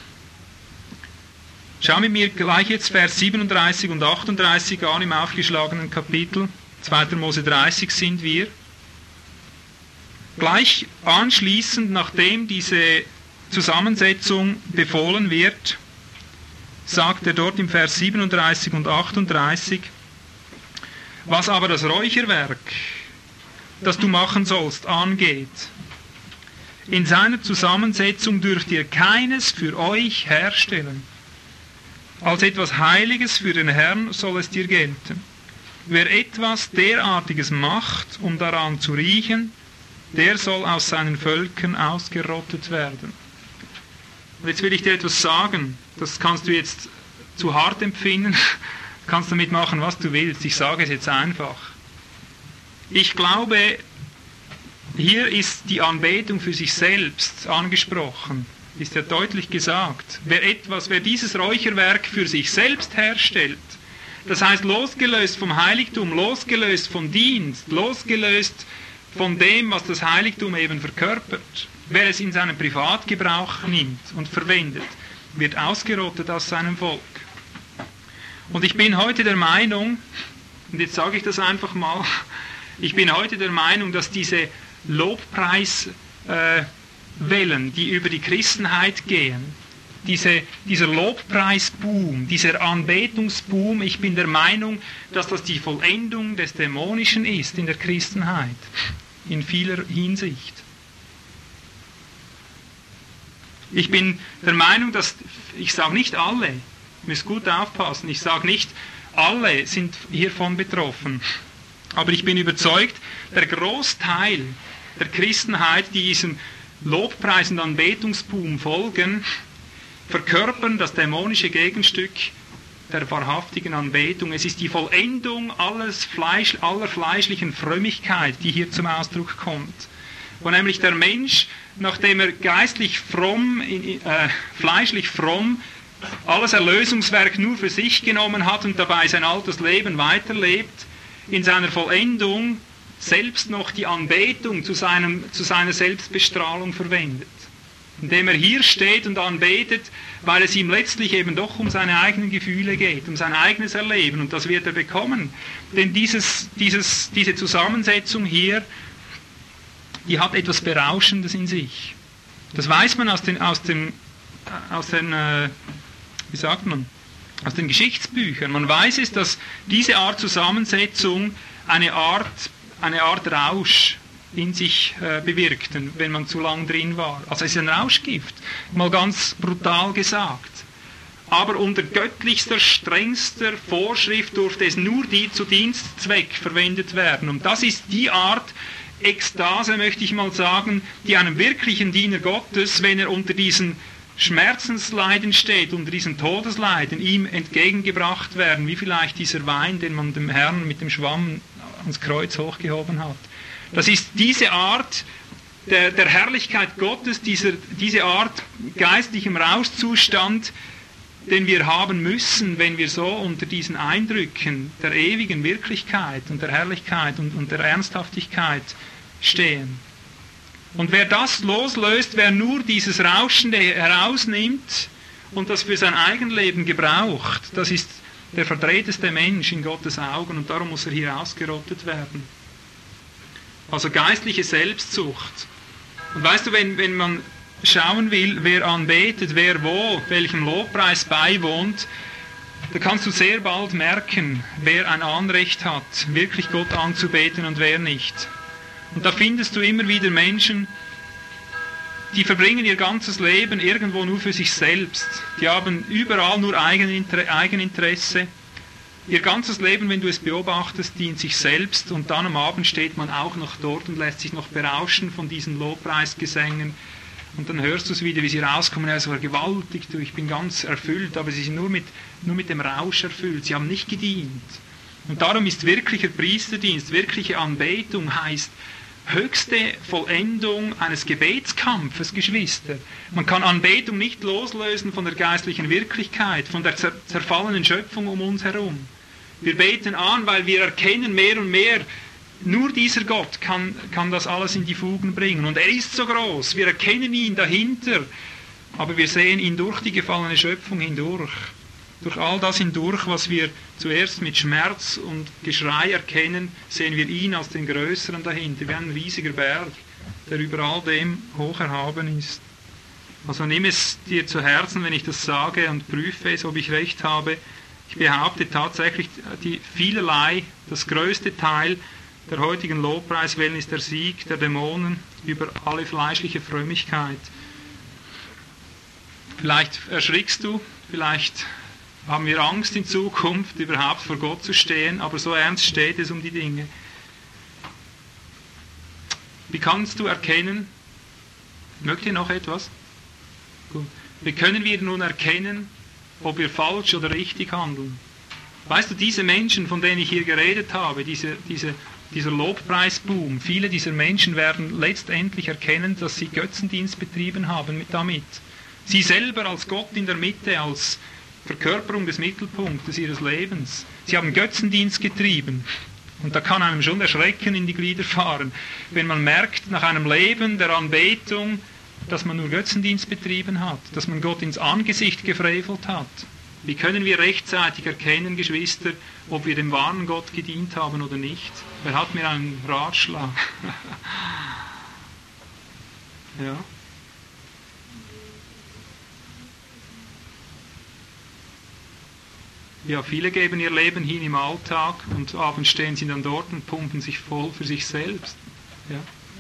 S1: Schau mit mir gleich jetzt Vers siebenunddreißig und achtunddreißig an im aufgeschlagenen Kapitel. zweiter Mose dreißig sind wir. Gleich anschließend, nachdem diese Zusammensetzung befohlen wird, sagt er dort im Vers siebenunddreißig und achtunddreißig, was aber das Räucherwerk, das du machen sollst, angeht. In seiner Zusammensetzung dürft ihr keines für euch herstellen. Als etwas Heiliges für den Herrn soll es dir gelten. Wer etwas derartiges macht, um daran zu riechen, der soll aus seinen Völkern ausgerottet werden. Und jetzt will ich dir etwas sagen, das kannst du jetzt zu hart empfinden, kannst damit machen, was du willst. Ich sage es jetzt einfach. Ich glaube, hier ist die Anbetung für sich selbst angesprochen. Ist ja deutlich gesagt. Wer etwas, wer dieses Räucherwerk für sich selbst herstellt, das heißt losgelöst vom Heiligtum, losgelöst vom Dienst, losgelöst von dem, was das Heiligtum eben verkörpert, wer es in seinen Privatgebrauch nimmt und verwendet, wird ausgerottet aus seinem Volk. Und ich bin heute der Meinung, und jetzt sage ich das einfach mal, ich bin heute der Meinung, dass diese Lobpreiswellen, äh, die über die Christenheit gehen, diese, dieser Lobpreisboom, dieser Anbetungsboom, ich bin der Meinung, dass das die Vollendung des Dämonischen ist in der Christenheit, in vieler Hinsicht. Ich bin der Meinung, dass, ich sage nicht alle, ihr müsst gut aufpassen, ich sage nicht, alle sind hiervon betroffen, aber ich bin überzeugt, der Großteil der Christenheit, die diesem Lobpreis- und Anbetungsboom folgen, verkörpern das dämonische Gegenstück der wahrhaftigen Anbetung. Es ist die Vollendung alles Fleisch, aller fleischlichen Frömmigkeit, die hier zum Ausdruck kommt. Wo nämlich der Mensch, nachdem er geistlich fromm, äh, fleischlich fromm, alles Erlösungswerk nur für sich genommen hat und dabei sein altes Leben weiterlebt, in seiner Vollendung selbst noch die Anbetung zu, seinem, zu seiner Selbstbestrahlung verwendet. Indem er hier steht und anbetet, weil es ihm letztlich eben doch um seine eigenen Gefühle geht, um sein eigenes Erleben. Und das wird er bekommen. Denn dieses, dieses, diese Zusammensetzung hier, die hat etwas Berauschendes in sich. Das weiß man aus den, aus den, aus den äh, wie sagt man, aus den Geschichtsbüchern. Man weiß es, dass diese Art Zusammensetzung eine Art, eine Art Rausch in sich äh, bewirkten, wenn man zu lang drin war. Also es ist ein Rauschgift, mal ganz brutal gesagt. Aber unter göttlichster, strengster Vorschrift durfte es nur die zu Dienstzweck verwendet werden. Und das ist die Art Ekstase, möchte ich mal sagen, die einem wirklichen Diener Gottes, wenn er unter diesen Schmerzensleiden steht, unter diesen Todesleiden, ihm entgegengebracht werden, wie vielleicht dieser Wein, den man dem Herrn mit dem Schwamm ans Kreuz hochgehoben hat. Das ist diese Art der, der Herrlichkeit Gottes, dieser, diese Art geistlichem Rauschzustand, den wir haben müssen, wenn wir so unter diesen Eindrücken der ewigen Wirklichkeit und der Herrlichkeit und, und der Ernsthaftigkeit stehen. Und wer das loslöst, wer nur dieses Rauschende herausnimmt und das für sein Eigenleben gebraucht, das ist der verdrehteste Mensch in Gottes Augen und darum muss er hier ausgerottet werden. Also geistliche Selbstsucht. Und weißt du, wenn, wenn man schauen will, wer anbetet, wer wo, welchem Lobpreis beiwohnt, da kannst du sehr bald merken, wer ein Anrecht hat, wirklich Gott anzubeten und wer nicht. Und da findest du immer wieder Menschen, die verbringen ihr ganzes Leben irgendwo nur für sich selbst. Die haben überall nur Eigeninteresse. Ihr ganzes Leben, wenn du es beobachtest, dient sich selbst und dann am Abend steht man auch noch dort und lässt sich noch berauschen von diesen Lobpreisgesängen. Und dann hörst du es wieder, wie sie rauskommen, ja, es war gewaltig, du, ich bin ganz erfüllt, aber sie sind nur mit, nur mit dem Rausch erfüllt, sie haben nicht gedient. Und darum ist wirklicher Priesterdienst, wirkliche Anbetung heißt höchste Vollendung eines Gebetskampfes, Geschwister. Man kann Anbetung nicht loslösen von der geistlichen Wirklichkeit, von der zer- zerfallenen Schöpfung um uns herum. Wir beten an, weil wir erkennen mehr und mehr, nur dieser Gott kann, kann das alles in die Fugen bringen. Und er ist so groß, wir erkennen ihn dahinter, aber wir sehen ihn durch die gefallene Schöpfung hindurch. Durch all das hindurch, was wir zuerst mit Schmerz und Geschrei erkennen, sehen wir ihn als den Größeren dahinter, wie ein riesiger Berg, der über all dem hoch erhaben ist. Also nimm es dir zu Herzen, wenn ich das sage, und prüfe es, ob ich recht habe. Ich behaupte tatsächlich, die vielerlei, das größte Teil der heutigen Lobpreiswellen ist der Sieg der Dämonen über alle fleischliche Frömmigkeit. Vielleicht erschrickst du, vielleicht haben wir Angst in Zukunft, überhaupt vor Gott zu stehen, aber so ernst steht es um die Dinge. Wie kannst du erkennen? Mögt ihr noch etwas? Gut. Wie können wir nun erkennen, ob wir falsch oder richtig handeln? Weißt du, diese Menschen, von denen ich hier geredet habe, diese, diese dieser Lobpreisboom. Viele dieser Menschen werden letztendlich erkennen, dass sie Götzendienst betrieben haben mit damit. Sie selber als Gott in der Mitte, als Verkörperung des Mittelpunktes ihres Lebens. Sie haben Götzendienst getrieben. Und da kann einem schon der Schrecken in die Glieder fahren, wenn man merkt, nach einem Leben der Anbetung, dass man nur Götzendienst betrieben hat, dass man Gott ins Angesicht gefrevelt hat. Wie können wir rechtzeitig erkennen, Geschwister, ob wir dem wahren Gott gedient haben oder nicht? Wer hat mir einen Ratschlag? Ja. Ja, viele geben ihr Leben hin im Alltag und abends stehen sie dann dort und pumpen sich voll für sich selbst. Ja.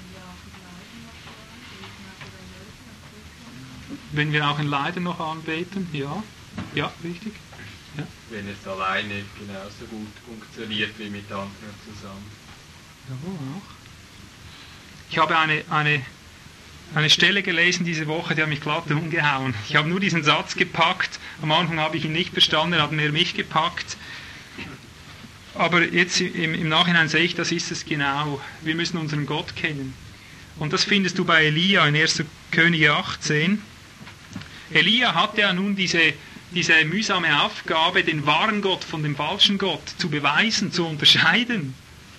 S1: Wenn wir auch in Leiden noch anbeten, ja, ja, richtig. Ja.
S2: Wenn es alleine genauso gut funktioniert wie mit anderen zusammen.
S1: Ja, auch. Ich habe eine, eine, eine Stelle gelesen diese Woche, die hat mich glatt umgehauen. Ich habe nur diesen Satz gepackt, am Anfang habe ich ihn nicht verstanden, er hat mehr mich gepackt. Aber jetzt im, im Nachhinein sehe ich, das ist es genau. Wir müssen unseren Gott kennen. Und das findest du bei Elia in erster Könige achtzehn. Elia hatte ja nun diese, diese mühsame Aufgabe, den wahren Gott von dem falschen Gott zu beweisen, zu unterscheiden.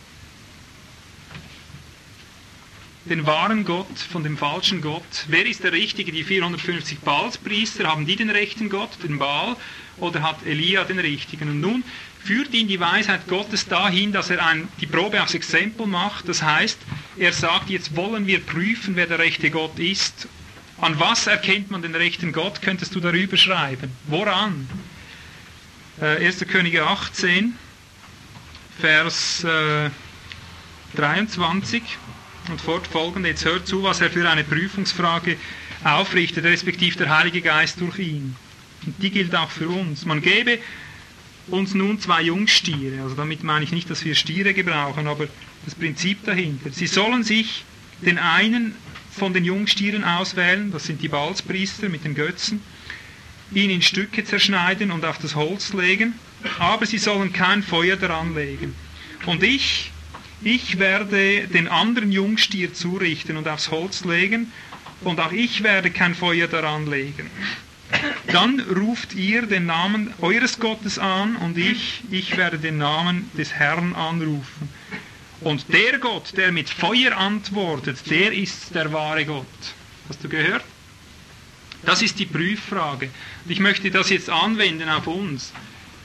S1: Den wahren Gott von dem falschen Gott. Wer ist der Richtige? Die vierhundertfünfzig Baalspriester, haben die den rechten Gott, den Baal, oder hat Elia den richtigen? Und nun führt ihn die Weisheit Gottes dahin, dass er ein, die Probe aufs Exempel macht. Das heißt, er sagt, jetzt wollen wir prüfen, wer der rechte Gott ist. An was erkennt man den rechten Gott? Könntest du darüber schreiben? Woran? Äh, erster Könige achtzehn, Vers äh, dreiundzwanzig und fortfolgende. Jetzt hört zu, was er für eine Prüfungsfrage aufrichtet, respektive der Heilige Geist durch ihn. Und die gilt auch für uns. Man gebe uns nun zwei Jungstiere. Also damit meine ich nicht, dass wir Stiere gebrauchen, aber das Prinzip dahinter. Sie sollen sich den einen von den Jungstieren auswählen, das sind die Baalspriester mit den Götzen, ihn in Stücke zerschneiden und auf das Holz legen, aber sie sollen kein Feuer daran legen. Und ich, ich werde den anderen Jungstier zurichten und aufs Holz legen, und auch ich werde kein Feuer daran legen. Dann ruft ihr den Namen eures Gottes an, und ich, ich werde den Namen des Herrn anrufen. Und der Gott, der mit Feuer antwortet, der ist der wahre Gott. Hast du gehört? Das ist die Prüffrage. Ich möchte das jetzt anwenden auf uns.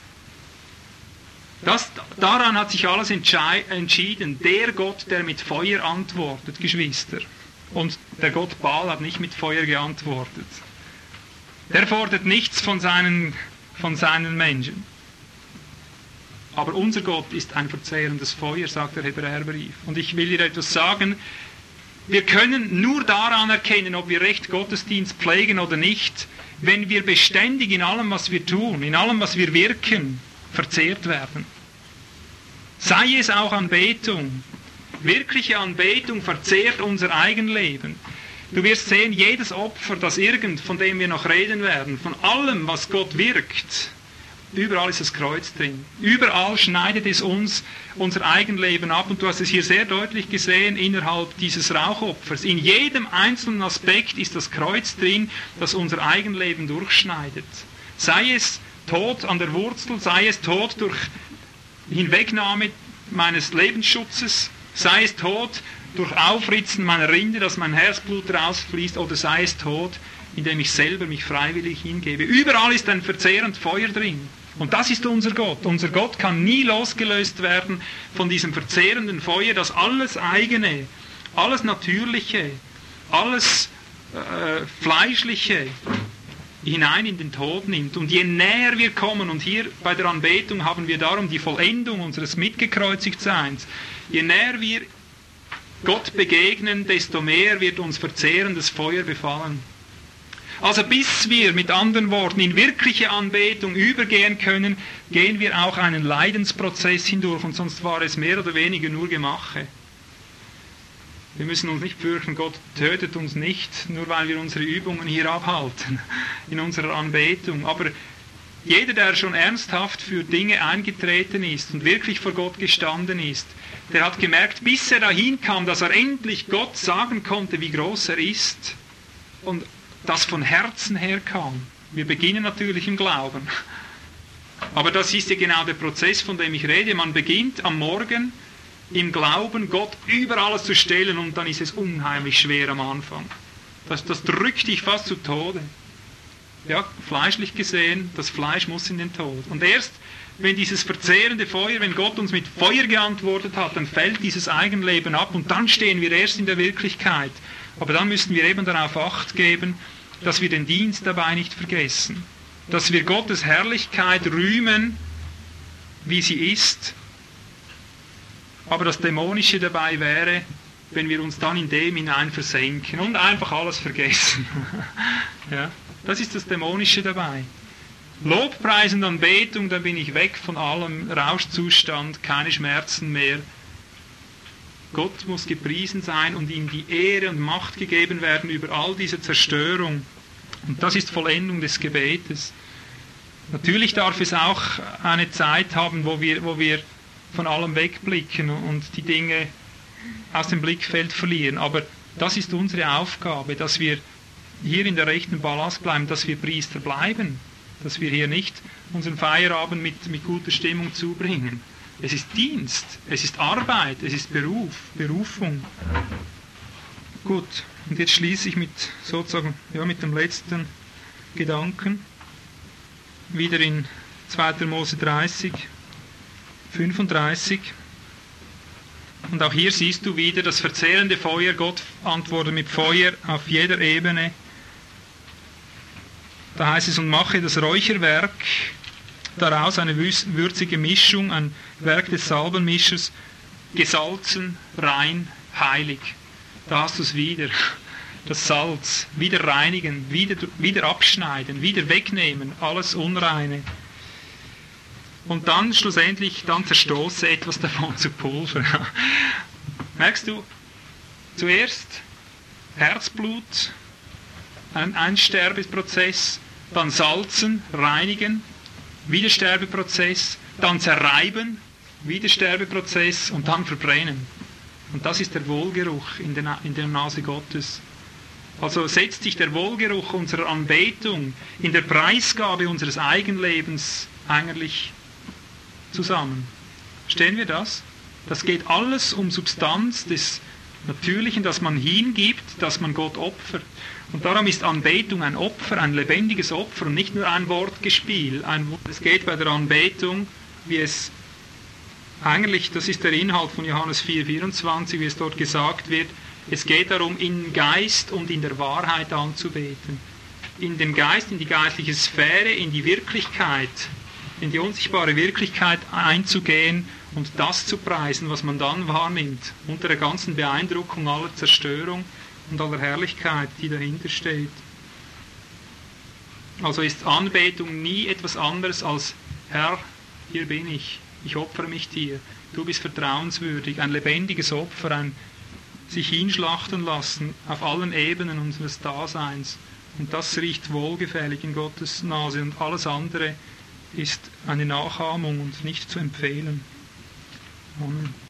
S1: Das, daran hat sich alles entschieden. Der Gott, der mit Feuer antwortet, Geschwister. Und der Gott Baal hat nicht mit Feuer geantwortet. Der fordert nichts von seinen, von seinen Menschen. Aber unser Gott ist ein verzehrendes Feuer, sagt der Hebräerbrief. Und ich will dir etwas sagen, wir können nur daran erkennen, ob wir recht Gottesdienst pflegen oder nicht, wenn wir beständig in allem, was wir tun, in allem, was wir wirken, verzehrt werden. Sei es auch Anbetung. Wirkliche Anbetung verzehrt unser Eigenleben. Du wirst sehen, jedes Opfer, das irgend, von dem wir noch reden werden, von allem, was Gott wirkt, überall ist das Kreuz drin. Überall schneidet es uns unser Eigenleben ab. Und du hast es hier sehr deutlich gesehen innerhalb dieses Rauchopfers. In jedem einzelnen Aspekt ist das Kreuz drin, das unser Eigenleben durchschneidet. Sei es Tod an der Wurzel, sei es Tod durch Hinwegnahme meines Lebensschutzes, sei es Tod durch Aufritzen meiner Rinde, dass mein Herzblut rausfließt, oder sei es Tod, indem ich selber mich freiwillig hingebe. Überall ist ein verzehrend Feuer drin. Und das ist unser Gott. Unser Gott kann nie losgelöst werden von diesem verzehrenden Feuer, das alles Eigene, alles Natürliche, alles äh, Fleischliche hinein in den Tod nimmt. Und je näher wir kommen, und hier bei der Anbetung haben wir darum die Vollendung unseres Mitgekreuzigtseins, je näher wir Gott begegnen, desto mehr wird uns verzehrendes Feuer befallen. Also bis wir mit anderen Worten in wirkliche Anbetung übergehen können, gehen wir auch einen Leidensprozess hindurch, und sonst war es mehr oder weniger nur Gemache. Wir müssen uns nicht fürchten, Gott tötet uns nicht, nur weil wir unsere Übungen hier abhalten, in unserer Anbetung. Aber Jeder, der schon ernsthaft für Dinge eingetreten ist und wirklich vor Gott gestanden ist, der hat gemerkt, bis er dahin kam, dass er endlich Gott sagen konnte, wie groß er ist und das von Herzen her kam. Wir beginnen natürlich im Glauben. Aber das ist ja genau der Prozess, von dem ich rede. Man beginnt am Morgen im Glauben, Gott über alles zu stellen und dann ist es unheimlich schwer am Anfang. Das, das drückt dich fast zu Tode. Ja, fleischlich gesehen, das Fleisch muss in den Tod. Und erst, wenn dieses verzehrende Feuer, wenn Gott uns mit Feuer geantwortet hat, dann fällt dieses Eigenleben ab und dann stehen wir erst in der Wirklichkeit. Aber dann müssen wir eben darauf Acht geben, dass wir den Dienst dabei nicht vergessen. Dass wir Gottes Herrlichkeit rühmen, wie sie ist. Aber das Dämonische dabei wäre, wenn wir uns dann in dem hinein versenken und einfach alles vergessen. Ja, das ist das Dämonische dabei. Lobpreis und Anbetung, da bin ich weg von allem Rauschzustand, keine Schmerzen mehr. Gott muss gepriesen sein und ihm die Ehre und Macht gegeben werden über all diese Zerstörung. Und das ist Vollendung des Gebetes. Natürlich darf es auch eine Zeit haben, wo wir, wo wir von allem wegblicken und die Dinge aus dem Blickfeld verlieren. Aber das ist unsere Aufgabe, dass wir hier in der rechten Balance bleiben, dass wir Priester bleiben, dass wir hier nicht unseren Feierabend mit, mit guter Stimmung zubringen. Es ist Dienst, es ist Arbeit, es ist Beruf, Berufung. Gut, und jetzt schließe ich mit sozusagen ja, mit dem letzten Gedanken. Wieder in zweiter Mose dreißig, fünfunddreißig. Und auch hier siehst du wieder das verzehrende Feuer. Gott antwortet mit Feuer auf jeder Ebene. Da heißt es, und mache das Räucherwerk daraus eine würzige Mischung, ein Werk des Salbenmischers, gesalzen, rein, heilig. Da hast du es wieder. Das Salz, wieder reinigen, wieder, wieder abschneiden, wieder wegnehmen, alles Unreine. Und dann schlussendlich, dann zerstoße etwas davon zu Pulver. Merkst du, zuerst Herzblut, ein Einsterbeprozess, dann salzen, reinigen, Wiedersterbeprozess, dann zerreiben, Wiedersterbeprozess und dann verbrennen. Und das ist der Wohlgeruch in der, in der Nase Gottes. Also setzt sich der Wohlgeruch unserer Anbetung in der Preisgabe unseres Eigenlebens eigentlich zusammen. Verstehen wir das? Das geht alles um Substanz des Natürlichen, das man hingibt, das man Gott opfert. Und darum ist Anbetung ein Opfer, ein lebendiges Opfer und nicht nur ein Wortgespiel. Ein, es geht bei der Anbetung, wie es eigentlich, das ist der Inhalt von Johannes vier vierundzwanzig, wie es dort gesagt wird, es geht darum, in Geist und in der Wahrheit anzubeten. In den Geist, in die geistliche Sphäre, in die Wirklichkeit, in die unsichtbare Wirklichkeit einzugehen und das zu preisen, was man dann wahrnimmt, unter der ganzen Beeindruckung aller Zerstörung und aller Herrlichkeit, die dahinter steht. Also ist Anbetung nie etwas anderes als, Herr, hier bin ich, ich opfere mich dir, du bist vertrauenswürdig, ein lebendiges Opfer, ein sich hinschlachten lassen auf allen Ebenen unseres Daseins. Und das riecht wohlgefällig in Gottes Nase und alles andere ist eine Nachahmung und nicht zu empfehlen. Amen.